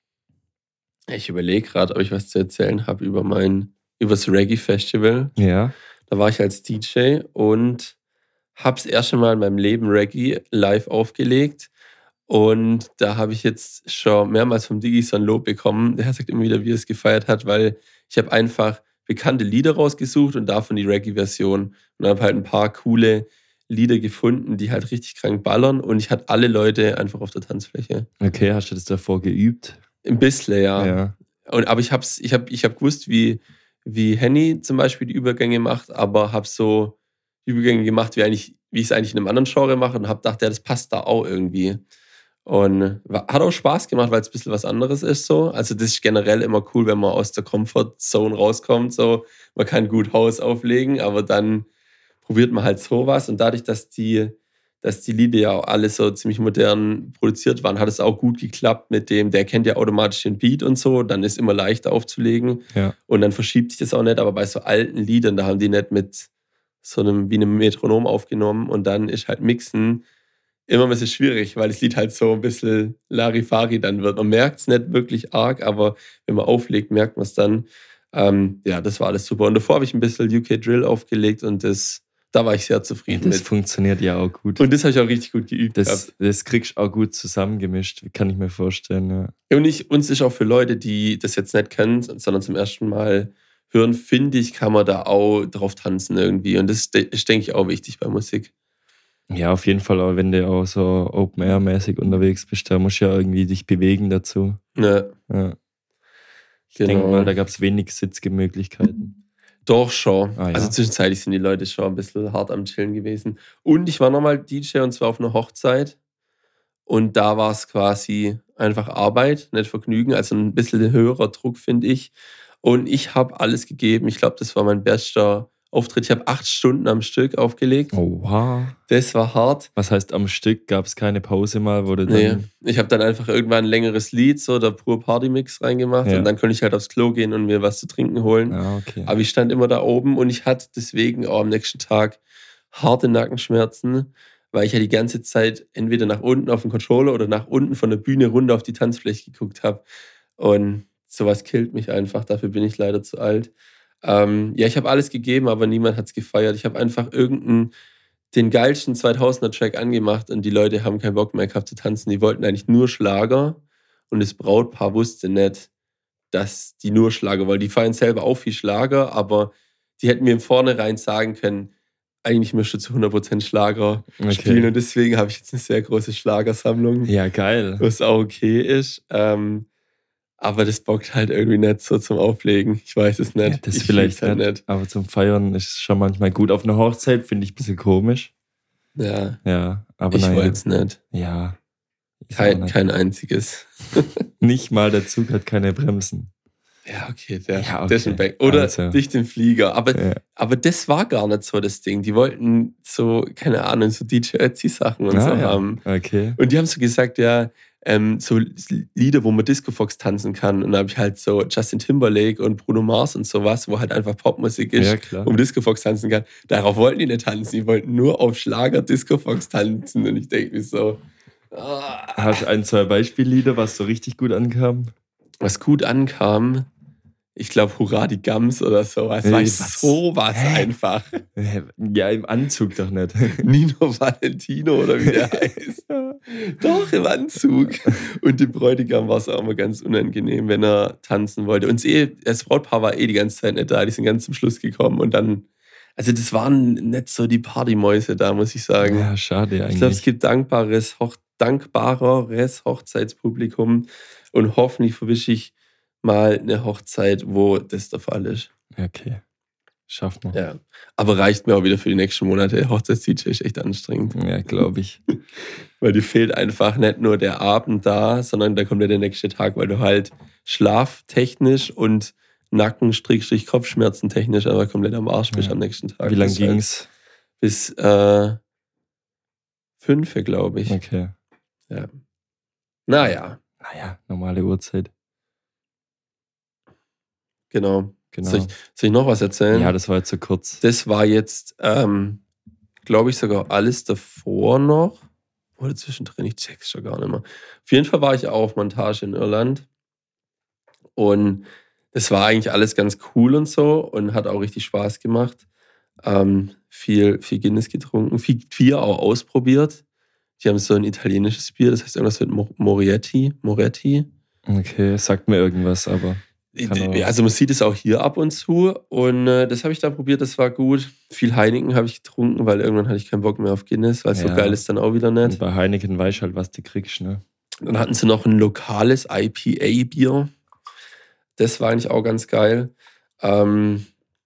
ich überlege gerade, ob ich was zu erzählen habe über mein, über das Reggae-Festival.
Ja.
Da war ich als D J und habe das erste Mal in meinem Leben Reggae live aufgelegt. Und da habe ich jetzt schon mehrmals vom Digi so ein Lob bekommen. Der sagt immer wieder, wie er es gefeiert hat, weil ich habe einfach bekannte Lieder rausgesucht und davon die Reggae-Version. Und habe halt ein paar coole Lieder gefunden, die halt richtig krank ballern. Und ich hatte alle Leute einfach auf der Tanzfläche.
Okay, hast du das davor geübt?
Ein bisschen, ja.
Ja.
Und, aber ich habe ich hab, ich hab gewusst, wie, wie Henny zum Beispiel die Übergänge macht, aber habe so Übergänge gemacht, wie, eigentlich, wie ich es eigentlich in einem anderen Genre mache und habe gedacht, ja, das passt da auch irgendwie. Und war, hat auch Spaß gemacht, weil es ein bisschen was anderes ist. So. Also das ist generell immer cool, wenn man aus der Comfort-Zone rauskommt. So. Man kann gut Haus auflegen, aber dann probiert man halt sowas. Und dadurch, dass die, dass die Lieder ja auch alle so ziemlich modern produziert waren, hat es auch gut geklappt mit dem, der kennt ja automatisch den Beat und so, dann ist immer leichter aufzulegen.
Ja.
Und dann verschiebt sich das auch nicht. Aber bei so alten Liedern, da haben die nicht mit so einem, wie einem Metronom aufgenommen und dann ist halt Mixen immer ein bisschen schwierig, weil das Lied halt so ein bisschen Larifari dann wird. Man merkt es nicht wirklich arg, aber wenn man auflegt, merkt man es dann. Ähm, ja, das war alles super. Und davor habe ich ein bisschen U K Drill aufgelegt und das, da war ich sehr zufrieden
Das
mit.
funktioniert ja auch gut.
Und das habe ich auch richtig gut geübt.
Das, das kriegst du auch gut zusammengemischt, kann ich mir vorstellen. Ja.
Und ich, uns ist auch für Leute, die das jetzt nicht kennen, sondern zum ersten Mal hören, finde ich, kann man da auch drauf tanzen irgendwie. Und das ist, denke ich, auch wichtig bei Musik.
Ja, auf jeden Fall, aber wenn du auch so Open-Air-mäßig unterwegs bist, da musst du ja irgendwie dich bewegen dazu.
Ja,
Ja. Ich
genau.
denke mal, da gab es wenig Sitzgemöglichkeiten.
Doch schon.
Ah, ja.
Also zwischenzeitlich sind die Leute schon ein bisschen hart am Chillen gewesen. Und ich war nochmal D J und zwar auf einer Hochzeit. Und da war es quasi einfach Arbeit, nicht Vergnügen, also ein bisschen höherer Druck, finde ich. Und ich habe alles gegeben. Ich glaube, das war mein bester Auftritt. Ich habe acht Stunden am Stück aufgelegt.
Oha.
Das war hart.
Was heißt am Stück? Gab es keine Pause mal? Wurde dann
Nee, ich habe dann einfach irgendwann ein längeres Lied, so der pur Party-Mix reingemacht.
Ja.
Und dann konnte ich halt aufs Klo gehen und mir was zu trinken holen.
Ah, okay.
Aber ich stand immer da oben und ich hatte deswegen auch am nächsten Tag harte Nackenschmerzen, weil ich ja die ganze Zeit entweder nach unten auf den Controller oder nach unten von der Bühne runter auf die Tanzfläche geguckt habe. Und sowas killt mich einfach. Dafür bin ich leider zu alt. Ähm, ja, ich habe alles gegeben, aber niemand hat es gefeiert. Ich habe einfach irgendeinen, den geilsten zweitausender-Track angemacht und die Leute haben keinen Bock mehr gehabt zu tanzen. Die wollten eigentlich nur Schlager und das Brautpaar wusste nicht, dass die nur Schlager wollen. Die feiern selber auch viel Schlager, aber die hätten mir im Vornherein sagen können, eigentlich möchte ich zu hundert Prozent Schlager
Okay.
spielen und deswegen habe ich jetzt eine sehr große Schlagersammlung,
Ja, geil.
was auch okay ist. Ähm, aber das bockt halt irgendwie nicht so zum Auflegen. Ich weiß es nicht.
Ja, das
ich
vielleicht
fühl's halt
nicht,
nicht.
aber zum Feiern ist schon manchmal gut. Auf einer Hochzeit finde ich ein bisschen komisch.
Ja,
Ja, aber
ich
naja.
wollte es nicht.
Ja. Ist auch
Kein,
nicht.
kein einziges.
Nicht mal der Zug hat keine Bremsen.
Ja, okay, der,
Ja, okay.
der ist ein Back. Oder
Also.
durch den Flieger. Aber,
Ja.
aber das war gar nicht so das Ding. Die wollten so, keine Ahnung, so D J Ötzi-Sachen und
Ah,
so
ja.
haben.
Okay.
Und die haben so gesagt, ja, ähm, so Lieder, wo man Disco Fox tanzen kann. Und da habe ich halt so Justin Timberlake und Bruno Mars und sowas, wo halt einfach Popmusik ist,
Ja, klar.
wo man Disco Fox tanzen kann. Darauf wollten die nicht tanzen. Die wollten nur auf Schlager Disco Fox tanzen. Und ich denke mir so, ah.
Hast du ein, zwei Beispiellieder, was so richtig gut ankam?
Was gut ankam, ich glaube, Hurra die Gams oder sowas.
Hey,
War
was?
sowas
Hä?
einfach.
Ja, im Anzug doch nicht.
Nino Valentino oder wie der heißt. Doch, im Anzug. Und dem Bräutigam war es auch immer ganz unangenehm, wenn er tanzen wollte. Und eh, das Brautpaar war eh die ganze Zeit nicht da. Die sind ganz zum Schluss gekommen. Und dann, also das waren nicht so die Partymäuse da, muss ich sagen.
Ja, schade eigentlich.
Ich glaube, es gibt dankbares, Hoch dankbareres Hochzeitspublikum. Und hoffentlich verwische ich mal eine Hochzeit, wo das der Fall ist.
Okay, schaffen wir.
Ja. Aber reicht mir auch wieder für die nächsten Monate. Hochzeits-D J ist echt anstrengend.
Ja, glaube ich.
Weil dir fehlt einfach nicht nur der Abend da, sondern da kommt ja der nächste Tag, weil du halt schlaftechnisch und Nacken-Kopfschmerzen technisch aber komplett am Arsch bist
Ja.
am nächsten Tag.
Wie lange
Das ist halt
ging's?
Bis äh, fünf, glaube ich.
Okay.
Ja. Naja,
Naja, normale Uhrzeit.
genau.
Genau.
Soll ich, soll ich noch was erzählen?
Ja, das war jetzt zu kurz.
Das war jetzt, ähm, glaube ich, sogar alles davor noch. Oder zwischendrin, ich check's schon gar nicht mehr. Auf jeden Fall war ich auch auf Montage in Irland. Und das war eigentlich alles ganz cool und so und hat auch richtig Spaß gemacht. Ähm, viel, viel Guinness getrunken, viel Bier auch ausprobiert. Die haben so ein italienisches Bier, das heißt irgendwas mit Mo- Moretti. Moretti.
Okay, sagt mir irgendwas, aber. Kann auch-
Also man sieht es auch hier ab und zu und äh, das habe ich da probiert, das war gut. Viel Heineken habe ich getrunken, weil irgendwann hatte ich keinen Bock mehr auf Guinness, weil so
Ja.
geil ist dann auch wieder
Und
nicht.
bei Heineken weißt du halt, was du kriegst, ne?
Dann hatten sie noch ein lokales I P A-Bier. Das war eigentlich auch ganz geil. Ähm,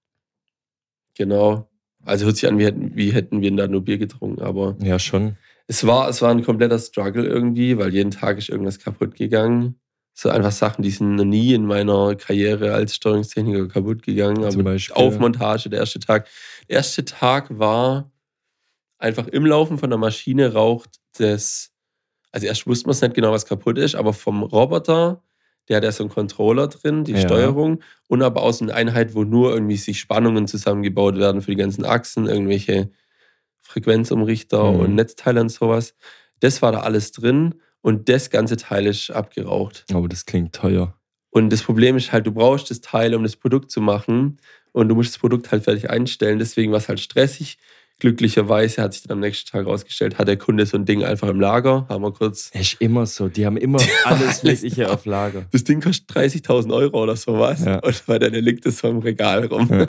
genau. Also hört sich an, wie hätten, wie hätten wir da nur Bier getrunken, aber
Ja, schon.
es war, es war ein kompletter Struggle irgendwie, weil jeden Tag ist irgendwas kaputt gegangen. So einfach Sachen, die sind noch nie in meiner Karriere als Steuerungstechniker kaputt gegangen.
Zum
Aber
Beispiel?
auf Montage, der erste Tag. Der erste Tag war einfach im Laufen von der Maschine raucht das. Also erst wusste man es nicht genau, was kaputt ist, aber vom Roboter, der hat ja so einen Controller drin, die
Ja.
Steuerung, und aber aus einer Einheit, wo nur irgendwie sich Spannungen zusammengebaut werden für die ganzen Achsen, irgendwelche Frequenzumrichter
Mhm.
und Netzteile und sowas. Das war da alles drin und das ganze Teil ist abgeraucht.
Aber das klingt teuer.
Und das Problem ist halt, du brauchst das Teil, um das Produkt zu machen und du musst das Produkt halt fertig einstellen. Deswegen war es halt stressig. Glücklicherweise hat sich dann am nächsten Tag rausgestellt, hat der Kunde so ein Ding einfach im Lager. Haben wir kurz.
Das ist immer so. Die haben immer alles
alles
Mögliche
da.
auf Lager.
Das Ding kostet dreißigtausend Euro oder sowas.
Ja.
Und bei der liegt es so im Regal rum.
Ja.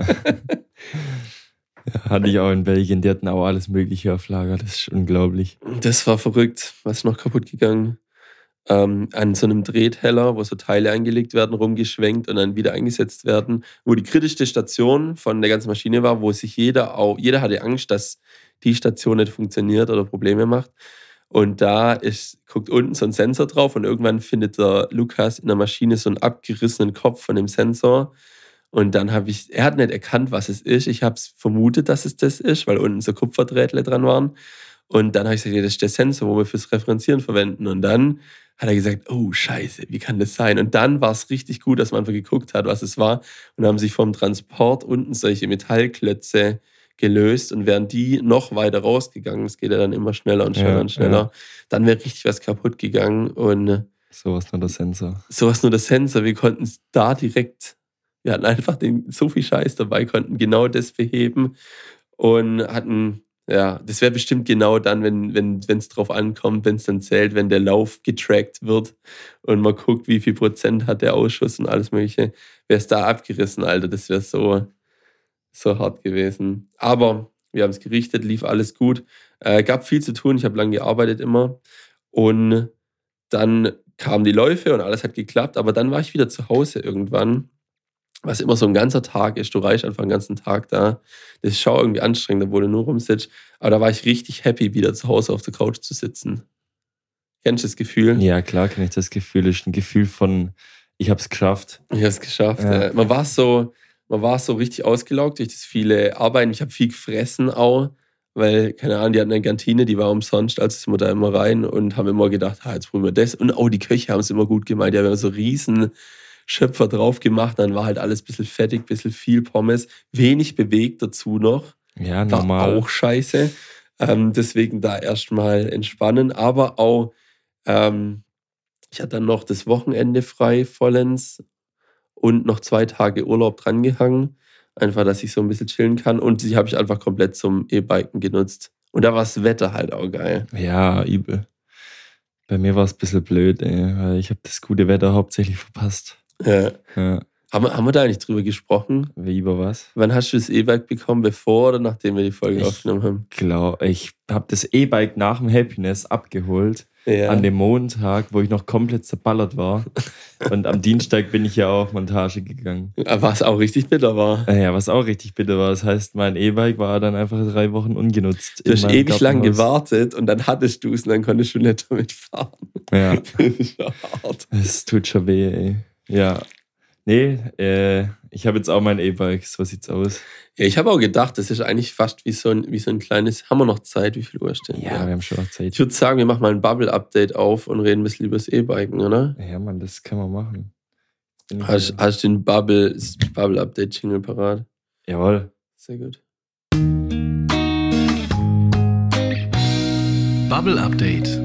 Ja, hatte ich auch in Belgien. Die hatten auch alles Mögliche auf Lager. Das ist unglaublich.
Das war verrückt. Was ist noch kaputt gegangen? Ähm, an so einem Drehteller, wo so Teile eingelegt werden, rumgeschwenkt und dann wieder eingesetzt werden, wo die kritischste Station von der ganzen Maschine war, wo sich jeder auch, jeder hatte Angst, dass die Station nicht funktioniert oder Probleme macht. Und da ist, guckt unten so ein Sensor drauf und irgendwann findet der Lukas in der Maschine so einen abgerissenen Kopf von dem Sensor. Und dann habe ich, er hat nicht erkannt, was es ist. Ich habe es vermutet, dass es das ist, weil unten so Kupferdrähtle dran waren. Und dann habe ich gesagt, ja, das ist der Sensor, wo wir fürs Referenzieren verwenden. Und dann hat er gesagt, oh Scheiße, wie kann das sein? Und dann war es richtig gut, dass man einfach geguckt hat, was es war. Und haben sich vom Transport unten solche Metallklötze gelöst. Und wären die noch weiter rausgegangen, das geht ja dann immer schneller und schneller ja, und schneller, ja. dann wäre richtig was kaputt gegangen. Und
sowas nur der Sensor.
Sowas nur der Sensor. Wir konnten es da direkt, wir hatten einfach den, so viel Scheiß dabei, konnten genau das beheben und hatten... Ja, das wäre bestimmt genau dann, wenn wenn wenn, es drauf ankommt, wenn es dann zählt, wenn der Lauf getrackt wird und man guckt, wie viel Prozent hat der Ausschuss und alles Mögliche, wäre es da abgerissen, Alter. Das wäre so, so hart gewesen. Aber wir haben es gerichtet, lief alles gut. Äh, gab viel zu tun, ich habe lange gearbeitet immer. Und dann kamen die Läufe und alles hat geklappt. Aber dann war ich wieder zu Hause irgendwann. Was immer so ein ganzer Tag ist, du reichst einfach einen ganzen Tag da. Das ist schon irgendwie anstrengend, obwohl du nur rumsitzt. Aber da war ich richtig happy, wieder zu Hause auf der Couch zu sitzen. Kennst du das Gefühl?
Ja, klar kenne ich das Gefühl. Das ist ein Gefühl von, ich habe es geschafft.
Ich habe es geschafft. Ja. Man war so, man war so richtig ausgelaugt durch das viele Arbeiten. Ich habe viel gefressen auch, weil, keine Ahnung, die hatten eine Kantine, die war umsonst, also sind wir da immer rein und haben immer gedacht, ah, jetzt probieren wir das. Und auch die Köche haben es immer gut gemeint. Die haben immer so riesen Schöpfer drauf gemacht, dann war halt alles ein bisschen fettig, ein bisschen viel Pommes, wenig bewegt dazu noch.
Ja, normal.
War auch scheiße. Ähm, deswegen da erstmal entspannen, aber auch, ähm, ich hatte dann noch das Wochenende frei vollends und noch zwei Tage Urlaub drangehangen, einfach, dass ich so ein bisschen chillen kann und die habe ich einfach komplett zum E-Biken genutzt. Und da war das Wetter halt auch geil.
Ja, übel. Bei mir war es ein bisschen blöd, ey, weil ich habe das gute Wetter hauptsächlich verpasst.
Ja. ja. Haben, wir, haben wir da eigentlich drüber gesprochen?
Wie, über was?
Wann hast du das E-Bike bekommen, bevor oder nachdem wir die Folge ich aufgenommen haben?
Glaub, ich habe das E-Bike nach dem Happiness abgeholt. Ja. An dem Montag, wo ich noch komplett zerballert war. Und am Dienstag bin ich ja auch auf Montage gegangen.
Was auch richtig bitter war.
Ja, was auch richtig bitter war. Das heißt, mein E-Bike war dann einfach drei Wochen ungenutzt.
Du hast ewig lang gewartet und dann hattest du es und dann konntest du nicht damit fahren.
Ja. Das ist schon hart. Es tut schon weh, ey. Ja. Nee, äh, ich habe jetzt auch mein E-Bike. So sieht's aus.
Ja, ich habe auch gedacht, das ist eigentlich fast wie so ein, wie so ein kleines... Haben wir noch Zeit? Wie viel Uhr ist denn?
Ja, ja, wir haben schon noch Zeit.
Ich würde sagen, wir machen mal ein Bubble-Update auf und reden ein bisschen über das E-Biken, oder?
Ja, Mann, das kann man machen.
Hast, hast du den Bubble, Bubble-Update-Jingle parat?
Jawohl.
Sehr gut.
Bubble-Update.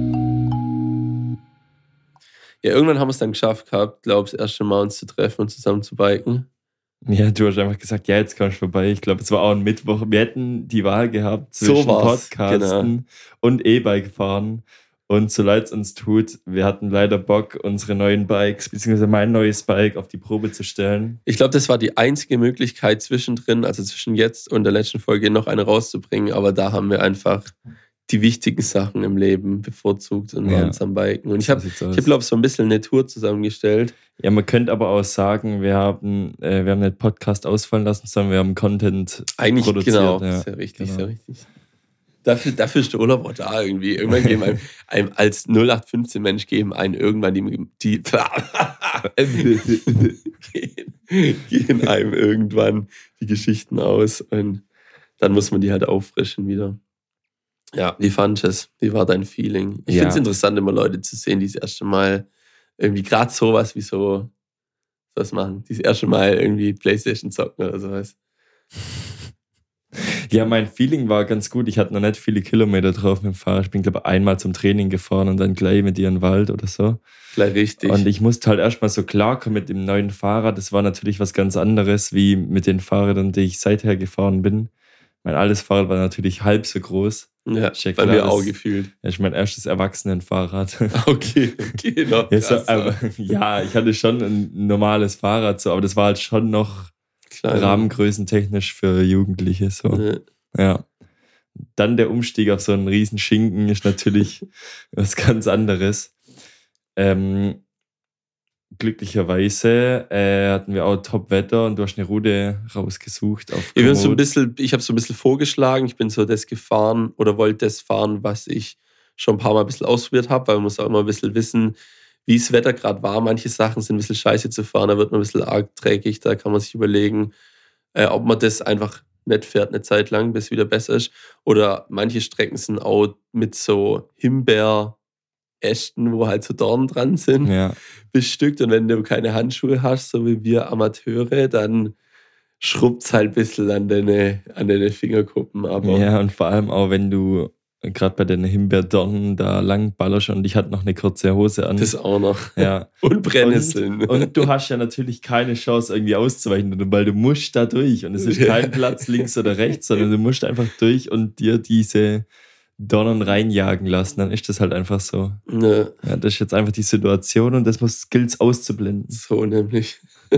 Ja, irgendwann haben wir es dann geschafft gehabt, glaube ich, das erste Mal uns zu treffen und zusammen zu biken.
Ja, du hast einfach gesagt, ja, jetzt kommst du vorbei. Ich glaube, es war auch ein Mittwoch. Wir hätten die Wahl gehabt zwischen
so
Podcasten genau. und E-Bike fahren. Und so leid es uns tut, wir hatten leider Bock, unsere neuen Bikes, beziehungsweise mein neues Bike auf die Probe zu stellen.
Ich glaube, das war die einzige Möglichkeit zwischendrin, also zwischen jetzt und der letzten Folge, noch eine rauszubringen. Aber da haben wir einfach die wichtigen Sachen im Leben bevorzugt und waren ja. am Biken. Und ich habe, ich hab, glaube ich, so ein bisschen eine Tour zusammengestellt.
Ja, man könnte aber auch sagen, wir haben, äh, wir haben nicht Podcast ausfallen lassen, sondern wir haben Content
Eigentlich,
produziert.
Genau, ja. ist ja richtig, genau. Ist ja richtig. Dafür, dafür ist der Urlaub auch da irgendwie. Irgendwann geben einem, einem als null acht fünfzehn Mensch geben einen irgendwann die, die gehen, gehen einem irgendwann die Geschichten aus und dann muss man die halt auffrischen wieder. Ja, wie fandest du es? Wie war dein Feeling? Ich ja. finde es interessant, immer Leute zu sehen, die das erste Mal irgendwie gerade sowas wie so was machen. Die das erste Mal irgendwie Playstation zocken oder sowas.
Ja, mein Feeling war ganz gut. Ich hatte noch nicht viele Kilometer drauf mit dem Fahrrad. Ich bin, glaube ich, einmal zum Training gefahren und dann gleich mit dir in den Wald oder so.
Gleich richtig.
Und ich musste halt erstmal so klarkommen mit dem neuen Fahrrad. Das war natürlich was ganz anderes, wie mit den Fahrrädern, die ich seither gefahren bin. Mein altes Fahrrad war natürlich halb so groß.
Ja, ja bei mir auch gefühlt.
Das ist mein erstes Erwachsenenfahrrad.
Okay, okay, noch
ja, so, aber, ja, ich hatte schon ein normales Fahrrad, so, aber das war halt schon noch Kleine. rahmengrößentechnisch für Jugendliche. So. Ja. ja. Dann der Umstieg auf so einen riesen Schinken ist natürlich was ganz anderes. Ähm, glücklicherweise äh, hatten wir auch Top-Wetter und du hast eine Route rausgesucht. Auf
ich so ein bisschen, ich habe so ein bisschen vorgeschlagen, ich bin so das gefahren oder wollte das fahren, was ich schon ein paar Mal ein bisschen ausprobiert habe, weil man muss auch immer ein bisschen wissen, wie das Wetter gerade war. Manche Sachen sind ein bisschen scheiße zu fahren, da wird man ein bisschen arg trägig, da kann man sich überlegen, äh, ob man das einfach nicht fährt eine Zeit lang, bis es wieder besser ist. Oder manche Strecken sind auch mit so Himbeerästen, wo halt so Dornen dran sind,
Ja.
bestückt. Und wenn du keine Handschuhe hast, so wie wir Amateure, dann schrubbt es halt ein bisschen an deine, an deine Fingerkuppen. Aber
Ja, und vor allem auch, wenn du gerade bei den Himbeerdornen da lang ballerst und ich hatte noch eine kurze Hose an.
das auch noch.
Ja.
Und Brennnesseln.
Und, und du hast ja natürlich keine Chance, irgendwie auszuweichen, weil du musst da durch und es ist kein Platz links oder rechts, sondern du musst einfach durch und dir diese Dornen reinjagen lassen. Dann ist das halt einfach so.
Ja.
Ja, das ist jetzt einfach die Situation und das muss Skills auszublenden.
So nämlich.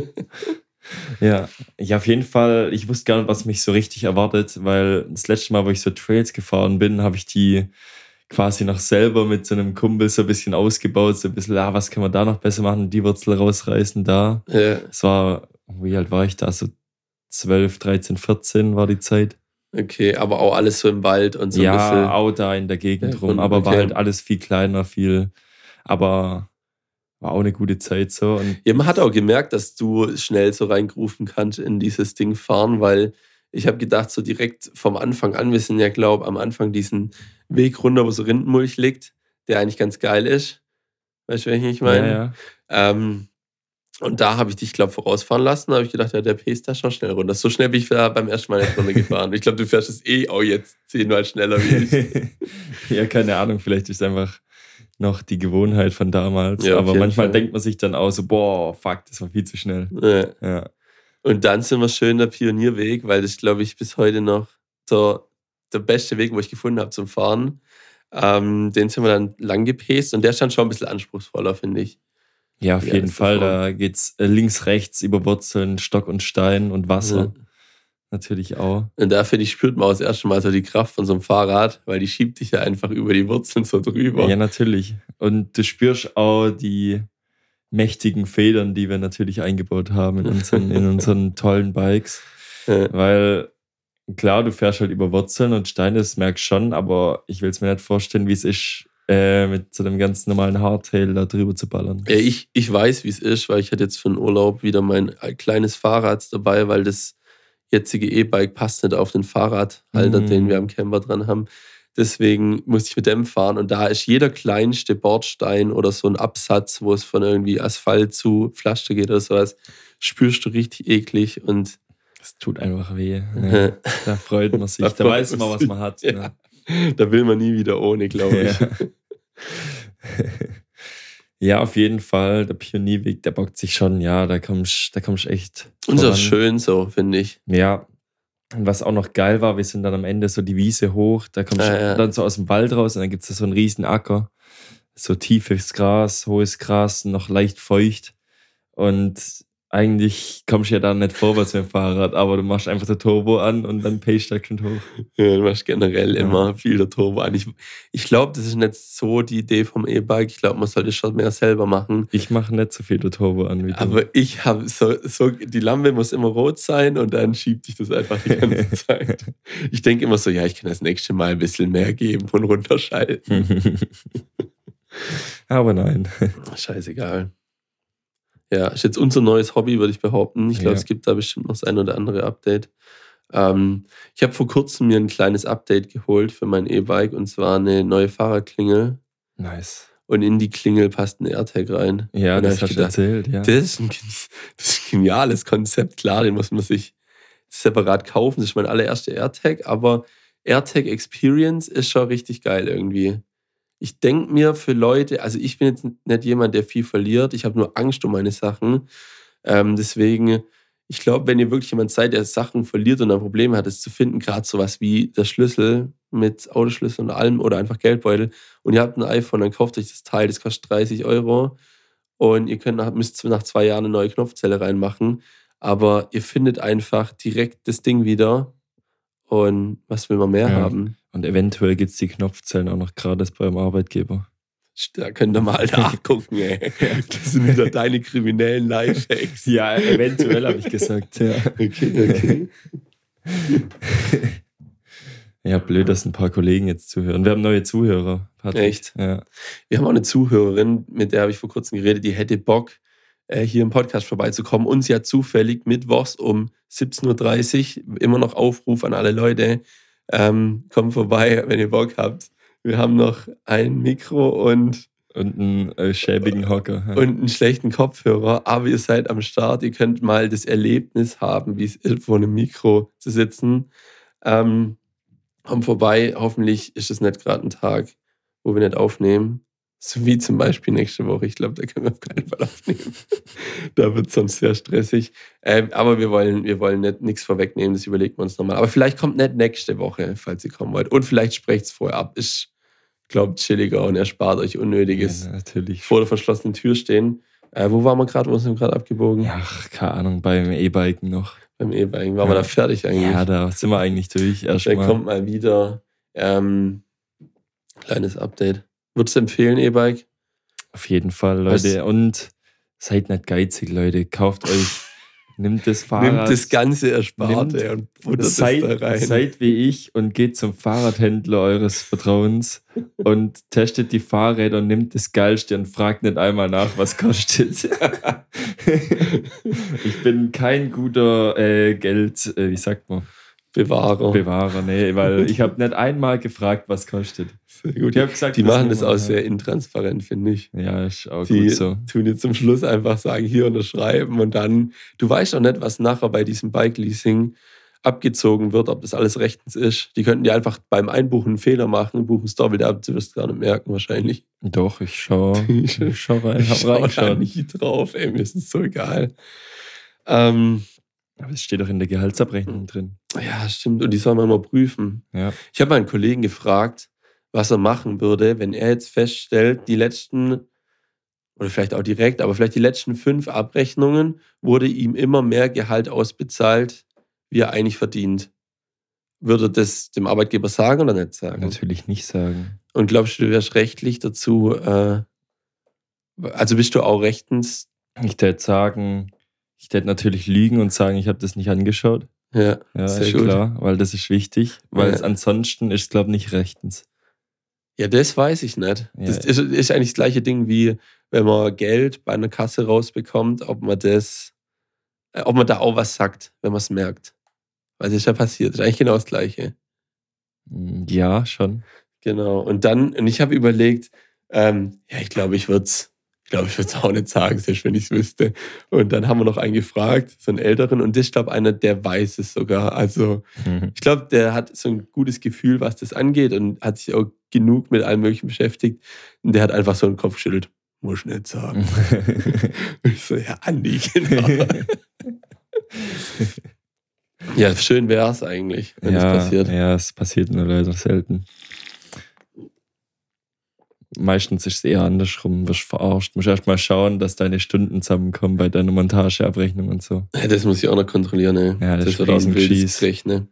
Ja, ich auf jeden Fall, ich wusste gar nicht, was mich so richtig erwartet, weil das letzte Mal, wo ich so Trails gefahren bin, habe ich die quasi noch selber mit so einem Kumpel so ein bisschen ausgebaut, so ein bisschen, ah, was kann man da noch besser machen, die Wurzel rausreißen da.
Ja.
Es war, wie alt war ich da, so zwölf, dreizehn, vierzehn war die Zeit.
Okay, aber auch alles so im Wald und so ein
Ja,
bisschen.
auch da in der Gegend
Ja,
rum,
und-
aber war
okay.
halt alles viel kleiner, viel, aber war auch eine gute Zeit so. Und
Ja, man hat auch gemerkt, dass du schnell so reingerufen kannst in dieses Ding fahren, weil ich habe gedacht, so direkt vom Anfang an, wir sind ja, glaube ich, am Anfang diesen Weg runter, wo so Rindenmulch liegt, der eigentlich ganz geil ist. Weißt du, welchen ich meine?
ja, ja.
Ähm, und da habe ich dich, glaube ich, vorausfahren lassen. Da habe ich gedacht, ja, der pace da schon schnell runter. So schnell bin ich da beim ersten Mal nicht runtergefahren. Ich glaube, du fährst es eh auch jetzt zehnmal schneller wie ich.
Ja, keine Ahnung, vielleicht ist einfach noch die Gewohnheit von damals.
Ja, auf
aber
jeden
manchmal
Fall.
denkt man sich dann auch so, boah, fuck, das war viel zu schnell.
Ja.
Ja,
Und dann sind wir schön der Pionierweg, weil das, glaube ich, bis heute noch so der beste Weg, wo ich gefunden habe zum Fahren. Ähm, den sind wir dann lang gepaced und der stand schon ein bisschen anspruchsvoller, finde ich.
ja auf
Ja,
jeden
ist
Fall.
davor.
Da geht's äh, links, rechts über Wurzeln, Stock und Stein und Wasser.
Ja.
Natürlich auch.
Und da, finde ich, spürt man auch das erste Mal so die Kraft von so einem Fahrrad, weil die schiebt dich ja einfach über die Wurzeln so drüber.
Ja, natürlich. Und du spürst auch die mächtigen Federn, die wir natürlich eingebaut haben in unseren, in unseren tollen Bikes.
Ja.
Weil, klar, du fährst halt über Wurzeln und Steine, das merkst du schon, aber ich will es mir nicht vorstellen, wie es ist, äh, mit so einem ganz normalen Hardtail da drüber zu ballern.
Ja, ich, ich weiß, wie es ist, weil ich hatte jetzt für den Urlaub wieder mein kleines Fahrrad dabei, weil das jetzige E-Bike passt nicht auf den Fahrradhalter,
Mm.
den wir am Camper dran haben. Deswegen musste ich mit dem fahren und da ist jeder kleinste Bordstein oder so ein Absatz, wo es von irgendwie Asphalt zu Pflaster geht oder sowas, spürst du richtig eklig und
Das tut einfach weh. Ne? Da freut man sich.
Da
Da,
freut
weiß
man
man, was
sich.
man hat.
Ja.
Ne?
da will man nie wieder ohne, glaube ich.
Ja. Ja, auf jeden Fall. Der Pionierweg, der bockt sich schon. Ja, da kommst da kommst echt
Und so
voran.
schön so, finde ich.
Ja. Und was auch noch geil war, wir sind dann am Ende so die Wiese hoch. Da kommst du
Ja, ja.
dann so aus dem Wald raus und dann gibt es da so einen riesen Acker. So tiefes Gras, hohes Gras, noch leicht feucht. Und eigentlich kommst du ja da nicht vorwärts mit dem Fahrrad, aber du machst einfach den Turbo an und dann pacest du schon hoch.
Ja, du machst generell
Ja.
immer viel der Turbo an. Ich, ich glaube, das ist nicht so die Idee vom E-Bike. Ich glaube, man sollte schon mehr selber machen.
Ich mache nicht so viel der Turbo an wie du.
Aber ich habe so, so, die Lampe muss immer rot sein und dann schiebt dich das einfach die ganze Zeit. Ich denke immer so, ja, ich kann das nächste Mal ein bisschen mehr geben und runterschalten.
Aber nein.
Scheißegal. Ja, ist jetzt unser neues Hobby, würde ich behaupten. Ich glaube,
Ja.
es gibt da bestimmt noch das ein oder andere Update. Ähm, ich habe vor kurzem mir ein kleines Update geholt für mein E-Bike und zwar eine neue Fahrradklingel.
Nice.
Und in die Klingel passt ein AirTag rein.
Ja,
Und da
das
hab
hast
ich
du
gedacht,
erzählt, ja.
Das ist, ein, das ist ein geniales Konzept. Klar, den muss man sich separat kaufen. Das ist mein allererster AirTag, aber AirTag Experience ist schon richtig geil irgendwie. Ich denke mir für Leute, also ich bin jetzt nicht jemand, der viel verliert. Ich habe nur Angst um meine Sachen. Ähm, deswegen, ich glaube, wenn ihr wirklich jemand seid, der Sachen verliert und ein Problem hat, es zu finden, gerade sowas wie der Schlüssel mit Autoschlüssel und allem oder einfach Geldbeutel und ihr habt ein iPhone, dann kauft euch das Teil, das kostet dreißig Euro und ihr könnt nach, müsst nach zwei Jahren eine neue Knopfzelle reinmachen, aber ihr findet einfach direkt das Ding wieder und was will man mehr
Ja.
haben?
Und eventuell gibt es die Knopfzellen auch noch gratis beim Arbeitgeber.
Da könnt ihr mal nachgucken, ey. Das sind wieder deine kriminellen Lifehacks.
Ja, eventuell habe ich gesagt. Ja.
Okay, okay.
Ja, blöd, dass ein paar Kollegen jetzt zuhören. Wir haben neue Zuhörer, Patrick.
Echt?
Ja.
Wir haben auch eine Zuhörerin, mit der habe ich vor kurzem geredet, die hätte Bock, äh, hier im Podcast vorbeizukommen. Und sie hat zufällig mittwochs um siebzehn Uhr dreißig immer noch Aufruf an alle Leute, ähm, kommt vorbei, wenn ihr Bock habt. Wir haben noch ein Mikro und
Und einen äh, schäbigen Hocker. Ja.
und einen schlechten Kopfhörer, aber ihr seid am Start. Ihr könnt mal das Erlebnis haben, wie es ist, vor einem Mikro zu sitzen. Ähm, Kommt vorbei. Hoffentlich ist es nicht gerade ein Tag, wo wir nicht aufnehmen. So wie zum Beispiel nächste Woche. Ich glaube, da können wir auf keinen Fall aufnehmen. Da wird es sonst sehr stressig. Ähm, aber wir wollen, wir wollen nicht nichts vorwegnehmen. Das überlegen wir uns nochmal. Aber vielleicht kommt nicht nächste Woche, falls ihr kommen wollt. Und vielleicht sprecht es vorher ab. Ist, glaube ich, chilliger und erspart euch Unnötiges.
Ja, natürlich.
Vor der verschlossenen Tür stehen. Äh, wo waren wir gerade? Wo sind wir gerade abgebogen?
Ja, keine Ahnung, beim E-Biken noch.
Beim E-Biken. Waren wir da fertig eigentlich?
Ja, da sind wir eigentlich durch.
Dann
Erstmal.
kommt mal wieder ähm, kleines Update. Würdest du empfehlen, E-Bike?
Auf jeden Fall, Leute. Was? Und seid nicht geizig, Leute. Kauft euch, nimmt das Fahrrad.
Nimmt das ganze Ersparte und buttert
seid,
es da rein.
Seid wie ich und geht zum Fahrradhändler eures Vertrauens und testet die Fahrräder und nimmt das Geilste und fragt nicht einmal nach, was kostet. Ich bin kein guter äh, Geld, äh, wie sagt man?
Bewahrer.
Bewahrer, nee, weil ich habe nicht einmal gefragt, was kostet.
Sehr gut.
Ich hab gesagt,
die machen das auch sehr intransparent, finde ich.
Ja, ist auch
die
gut so.
Tun jetzt zum Schluss einfach sagen, hier unterschreiben und dann, du weißt auch nicht, was nachher bei diesem Bike-Leasing abgezogen wird, ob das alles rechtens ist. Die könnten dir einfach beim Einbuchen einen Fehler machen, buchen es doppelt ab, du wirst gar nicht merken wahrscheinlich.
Doch, ich schaue ich schau rein,
ich
hab
schau
reingeschaut.
da nie drauf, ey, mir ist es so egal. Ähm,
Aber es steht doch in der Gehaltsabrechnung drin.
Ja, stimmt. Und die soll man mal prüfen.
Ja.
Ich habe meinen Kollegen gefragt, was er machen würde, wenn er jetzt feststellt, die letzten, oder vielleicht auch direkt, aber vielleicht die letzten fünf Abrechnungen wurde ihm immer mehr Gehalt ausbezahlt, wie er eigentlich verdient. Würde das dem Arbeitgeber sagen oder nicht sagen?
Natürlich nicht sagen.
Und glaubst du, du wärst rechtlich dazu, äh, also bist du auch rechtens?
Ich würde sagen, ich würde natürlich lügen und sagen, ich habe das nicht angeschaut.
Ja,
ja
sehr
ist
gut.
klar, weil das ist wichtig, weil
Ja.
es ansonsten ist, glaube ich, nicht rechtens.
Ja, das weiß ich nicht.
Ja.
Das ist, ist eigentlich das gleiche Ding, wie wenn man Geld bei einer Kasse rausbekommt, ob man das, äh, ob man da auch was sagt, wenn man es merkt. Weil das ist ja passiert. Das ist eigentlich genau das Gleiche.
Ja, schon.
Genau. Und dann, und ich habe überlegt, ähm, ja, ich glaube, ich würde es Ich glaube, ich würde es auch nicht sagen, selbst wenn ich es wüsste. Und dann haben wir noch einen gefragt, so einen Älteren. Und das ist, glaube ich, einer, der weiß es sogar. Also
Mhm.
ich glaube, der hat so ein gutes Gefühl, was das angeht und hat sich auch genug mit allem Möglichen beschäftigt. Und der hat einfach so den Kopf geschüttelt. Muss ich nicht sagen. Und ich so, ja, Andi, genau. Ja, schön wäre es eigentlich, wenn
ja,
das passiert.
Ja, es passiert nur leider selten. Meistens ist es eher andersrum, wirst verarscht. Du musst erst mal schauen, dass deine Stunden zusammenkommen bei deiner Montageabrechnung und so.
Ja, das muss ich auch noch kontrollieren. Ne?
Ja, das,
das
ist
wird auch ein wildes
Riesengeschiss.
Gespräch. Ne?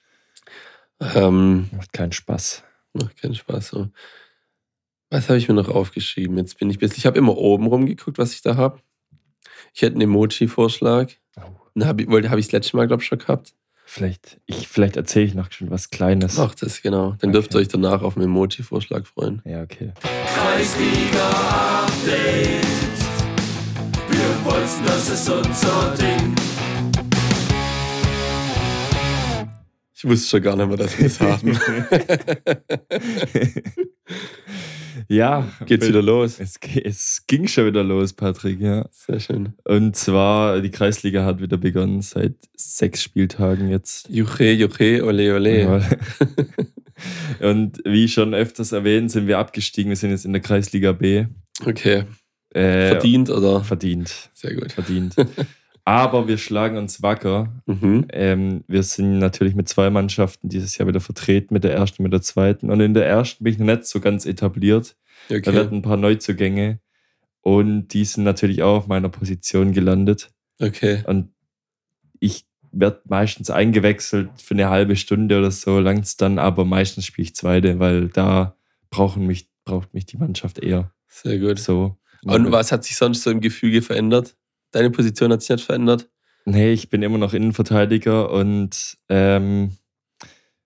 Ähm,
Macht keinen Spaß.
Macht keinen Spaß. So. Was habe ich mir noch aufgeschrieben? Jetzt bin ich bisschen. Ich habe immer oben rumgeguckt, was ich da habe. Ich hätte einen Emoji-Vorschlag.
Oh.
Den habe ich, habe ich das letzte Mal, glaube ich, schon gehabt.
Vielleicht, ich, vielleicht erzähle ich noch schon was Kleines.
Macht das, genau. Dann
Okay.
dürft ihr euch danach auf einen Emoji-Vorschlag freuen.
Ja, okay.
Kreisliga-Update. Wir wollen, das ist unser Ding.
Ich wusste schon gar nicht mehr, dass wir das haben.
Ja.
Geht's wieder los?
Es, es ging schon wieder los, Patrick, ja.
Sehr schön.
Und zwar, die Kreisliga hat wieder begonnen, seit sechs Spieltagen jetzt.
Juche, juche, ole, ole.
Ja. Und wie schon öfters erwähnt, sind wir abgestiegen. Wir sind jetzt in der Kreisliga B.
Okay.
Äh,
Verdient oder?
Verdient.
Sehr gut.
Verdient. Aber wir schlagen uns wacker.
Mhm.
Ähm, wir sind natürlich mit zwei Mannschaften dieses Jahr wieder vertreten, mit der ersten und mit der zweiten. Und in der ersten bin ich noch nicht so ganz etabliert.
Okay.
Da werden ein paar Neuzugänge. Und die sind natürlich auch auf meiner Position gelandet.
Okay.
Und ich werde meistens eingewechselt für eine halbe Stunde oder so, langt's dann, aber meistens spiele ich zweite, weil da brauchen mich, braucht mich die Mannschaft eher.
Sehr gut.
So.
Und was hat sich sonst so im Gefüge verändert? Deine Position hat sich nicht verändert?
Nee, ich bin immer noch Innenverteidiger und ähm,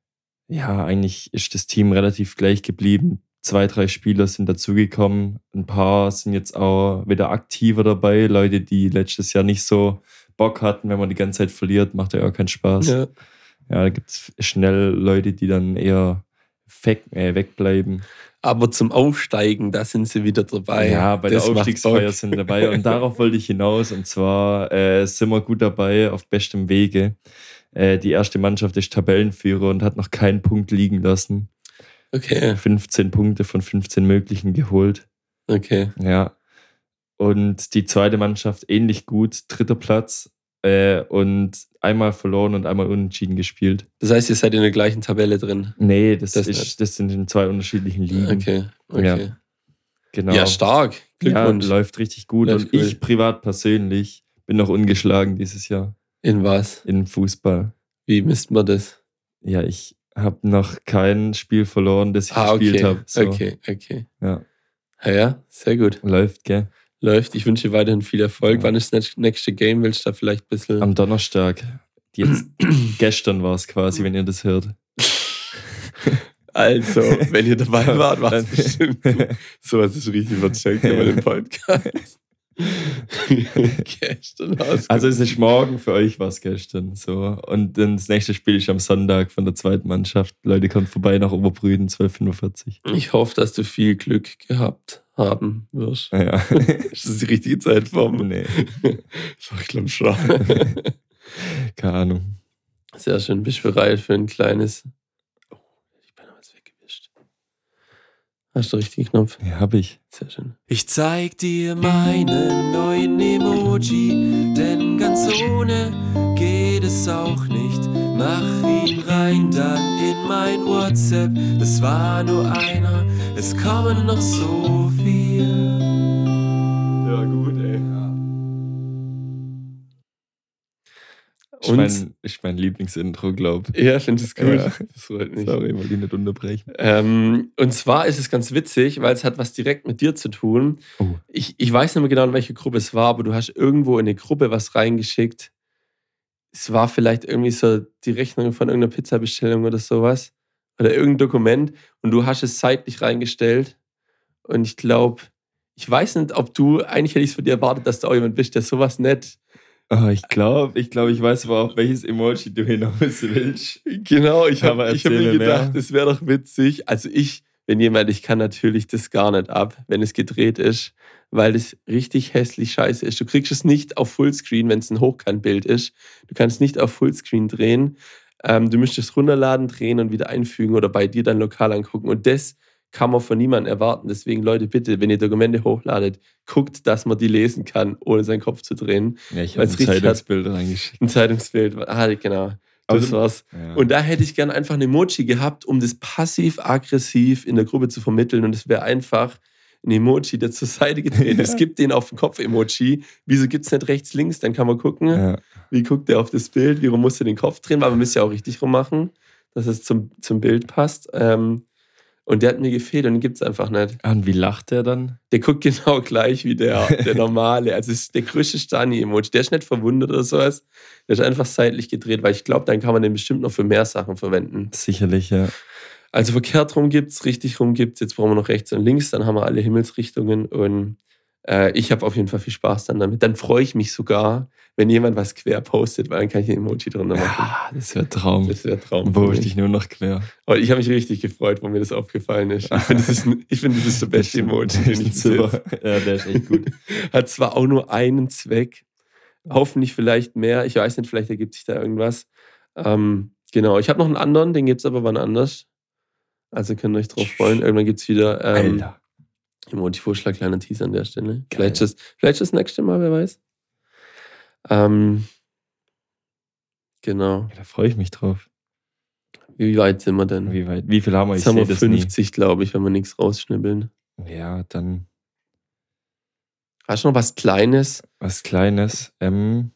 ja, eigentlich ist das Team relativ gleich geblieben. Zwei, drei Spieler sind dazugekommen. Ein paar sind jetzt auch wieder aktiver dabei. Leute, die letztes Jahr nicht so Bock hatten, wenn man die ganze Zeit verliert, macht ja auch keinen Spaß. Ja, ja da gibt es schnell Leute, die dann eher weg, äh, wegbleiben.
Aber zum Aufsteigen, da sind sie wieder dabei.
Ja, bei das der Aufstiegsfeier sind sie dabei. Und darauf wollte ich hinaus. Und zwar äh, sind wir gut dabei, auf bestem Wege. Äh, die erste Mannschaft ist Tabellenführer und hat noch keinen Punkt liegen lassen.
Okay.
fünfzehn Punkte von fünfzehn möglichen geholt.
Okay.
Ja. Und die zweite Mannschaft ähnlich gut, dritter Platz. Äh, und einmal verloren und einmal unentschieden gespielt.
Das heißt, ihr seid in der gleichen Tabelle drin?
Nee, das, das, ist, das sind in zwei unterschiedlichen Ligen.
Okay, okay.
Ja, genau.
Ja, stark. Glückwunsch.
Ja, läuft richtig gut. Läuft und cool. Ich privat persönlich bin noch ungeschlagen dieses Jahr.
In was?
In Fußball.
Wie misst man das?
Ja, ich habe noch kein Spiel verloren, das ich
ah,
gespielt
okay.
habe. So.
Okay, okay.
Ja.
Ja, ja, sehr gut.
Läuft, gell?
Läuft. Ich wünsche dir weiterhin viel Erfolg.
Ja.
Wann ist das nächste Game? Willst du da vielleicht ein bisschen...
Am Donnerstag. Jetzt, gestern war es quasi, wenn ihr das hört.
Also, wenn ihr dabei wart, war es bestimmt gut. So was ist richtig vercheckt über den Podcast. Gestern war's
Also es ist morgen, für euch war es gestern. So. Und dann das nächste Spiel ist am Sonntag von der zweiten Mannschaft. Leute, kommt vorbei nach Oberbrüden, zwölf Uhr fünfundvierzig.
Ich hoffe, dass du viel Glück gehabt haben wirst.
Ja.
Ist das die richtige Zeitform?
Nee.
So, ich glaube schon.
Keine Ahnung.
Sehr schön. Bist du bereit für ein kleines... Oh, ich bin aber jetzt weggewischt. Hast du den richtigen Knopf?
Ja, hab ich.
Sehr schön.
Ich zeig dir meinen neuen Emoji, denn ganz ohne geht es auch nicht. Mach ihn rein dann in mein WhatsApp. Das war nur einer, es kommen noch so viel.
Ja, gut, ey.
Ist mein, ist mein Lieblingsintro, glaube ich.
Ja, finde es gut.
Ja.
Das freut mich.
Sorry, wollte ich nicht unterbrechen.
Ähm, und zwar ist es ganz witzig, weil es hat was direkt mit dir zu tun.
Oh.
Ich, ich weiß nicht mehr genau, in welche Gruppe es war, aber du hast irgendwo in eine Gruppe was reingeschickt. Es war vielleicht irgendwie so die Rechnung von irgendeiner Pizzabestellung oder sowas. Oder irgendein Dokument. Und du hast es zeitlich reingestellt. Und ich glaube, ich weiß nicht, ob du, eigentlich hätte ich es von dir erwartet, dass du auch jemand bist, der sowas nett...
Oh, ich glaube, ich glaube, ich weiß aber auch, welches Emoji du hinaus willst.
Genau, ich habe hab mir
mir
gedacht, es wäre doch witzig. Also ich, wenn jemand, ich kann natürlich das gar nicht ab, wenn es gedreht ist, weil das richtig hässlich scheiße ist. Du kriegst es nicht auf Fullscreen, wenn es ein Hochkantbild ist. Du kannst nicht auf Fullscreen drehen. Ähm, du müsstest es runterladen, drehen und wieder einfügen oder bei dir dann lokal angucken. Und das kann man von niemandem erwarten. Deswegen, Leute, bitte, wenn ihr Dokumente hochladet, guckt, dass man die lesen kann, ohne seinen Kopf zu drehen.
Ja, ich habe ein Zeitungsbild reingeschickt.
Ein Zeitungsbild, ah, genau. Das
also,
war's.
Ja.
Und da hätte ich gerne einfach ein Emoji gehabt, um das passiv-aggressiv in der Gruppe zu vermitteln. Und es wäre einfach ein Emoji, der zur Seite gedreht ist. Es gibt den auf dem Kopf-Emoji. Wieso gibt es nicht rechts-links? Dann kann man gucken,
Ja.
wie guckt der auf das Bild, wie rum muss er den Kopf drehen, weil man müsste ja auch richtig rum machen, dass es zum, zum Bild passt. Ähm, Und der hat mir gefehlt und den gibt es einfach nicht.
Ah, und wie lacht der dann?
Der guckt genau gleich wie der, der normale. Also es ist der größte Stani-Emoji. Der ist nicht verwundert oder sowas. Der ist einfach seitlich gedreht, weil ich glaube, dann kann man den bestimmt noch für mehr Sachen verwenden.
Sicherlich, ja.
Also verkehrt rum gibt's, richtig rum gibt's. Jetzt brauchen wir noch rechts und links, dann haben wir alle Himmelsrichtungen. Und äh, ich habe auf jeden Fall viel Spaß dann damit. Dann freue ich mich sogar, wenn jemand was quer postet, weil dann kann ich ein Emoji drunter machen.
Ja, das wäre Traum.
Das wäre Traum.
Wo ich dich nur noch quer.
Aber ich habe mich richtig gefreut, wo mir das aufgefallen ist. Ich finde, das ist, ich find, das ist der beste Emoji, den ich
super. Ja, der ist echt gut.
Hat zwar auch nur einen Zweck, hoffentlich vielleicht mehr. Ich weiß nicht, vielleicht ergibt sich da irgendwas. Ähm, genau, ich habe noch einen anderen, den gibt es aber wann anders. Also könnt ihr euch drauf freuen. Irgendwann gibt es wieder ähm, Emoji-Vorschlag, kleiner Teaser an der Stelle. Vielleicht das, vielleicht das nächste Mal, wer weiß. Ähm, genau.
Ja, da freue ich mich drauf.
Wie weit sind wir denn?
Wie weit? Wie viel haben wir?
Jetzt haben wir fünfzig, glaube ich, wenn wir nichts rausschnibbeln.
Ja, dann.
Hast du noch was Kleines?
Was Kleines. Ähm,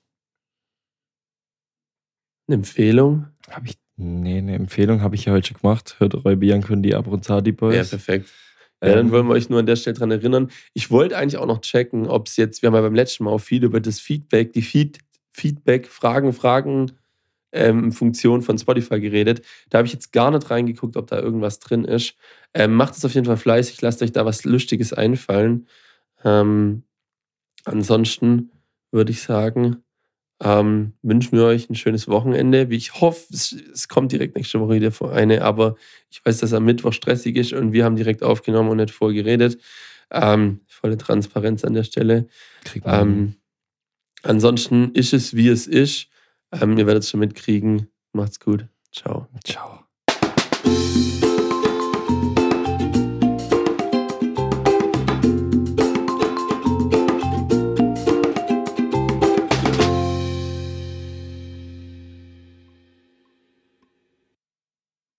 Eine Empfehlung?
Habe ich. Nee, eine Empfehlung habe ich ja heute schon gemacht. Hört Roy Bianco und die Abronzadi Boys.
Ja, perfekt. Ja, dann wollen wir euch nur an der Stelle dran erinnern. Ich wollte eigentlich auch noch checken, ob es jetzt, wir haben ja beim letzten Mal auch viel über das Feedback, die Feed, Feedback, Fragen, Fragen, ähm, Funktion von Spotify geredet. Da habe ich jetzt gar nicht reingeguckt, ob da irgendwas drin ist. Ähm, macht es auf jeden Fall fleißig, lasst euch da was Lustiges einfallen. Ähm, ansonsten würde ich sagen, ähm, wünschen wir euch ein schönes Wochenende. Wie ich hoffe, es, es kommt direkt nächste Woche wieder vor eine, aber ich weiß, dass am Mittwoch stressig ist und wir haben direkt aufgenommen und nicht vorgeredet. Ähm, volle Transparenz an der Stelle. Ähm, ansonsten ist es, wie es ist. Ähm, ihr werdet es schon mitkriegen. Macht's gut. Ciao.
Ciao.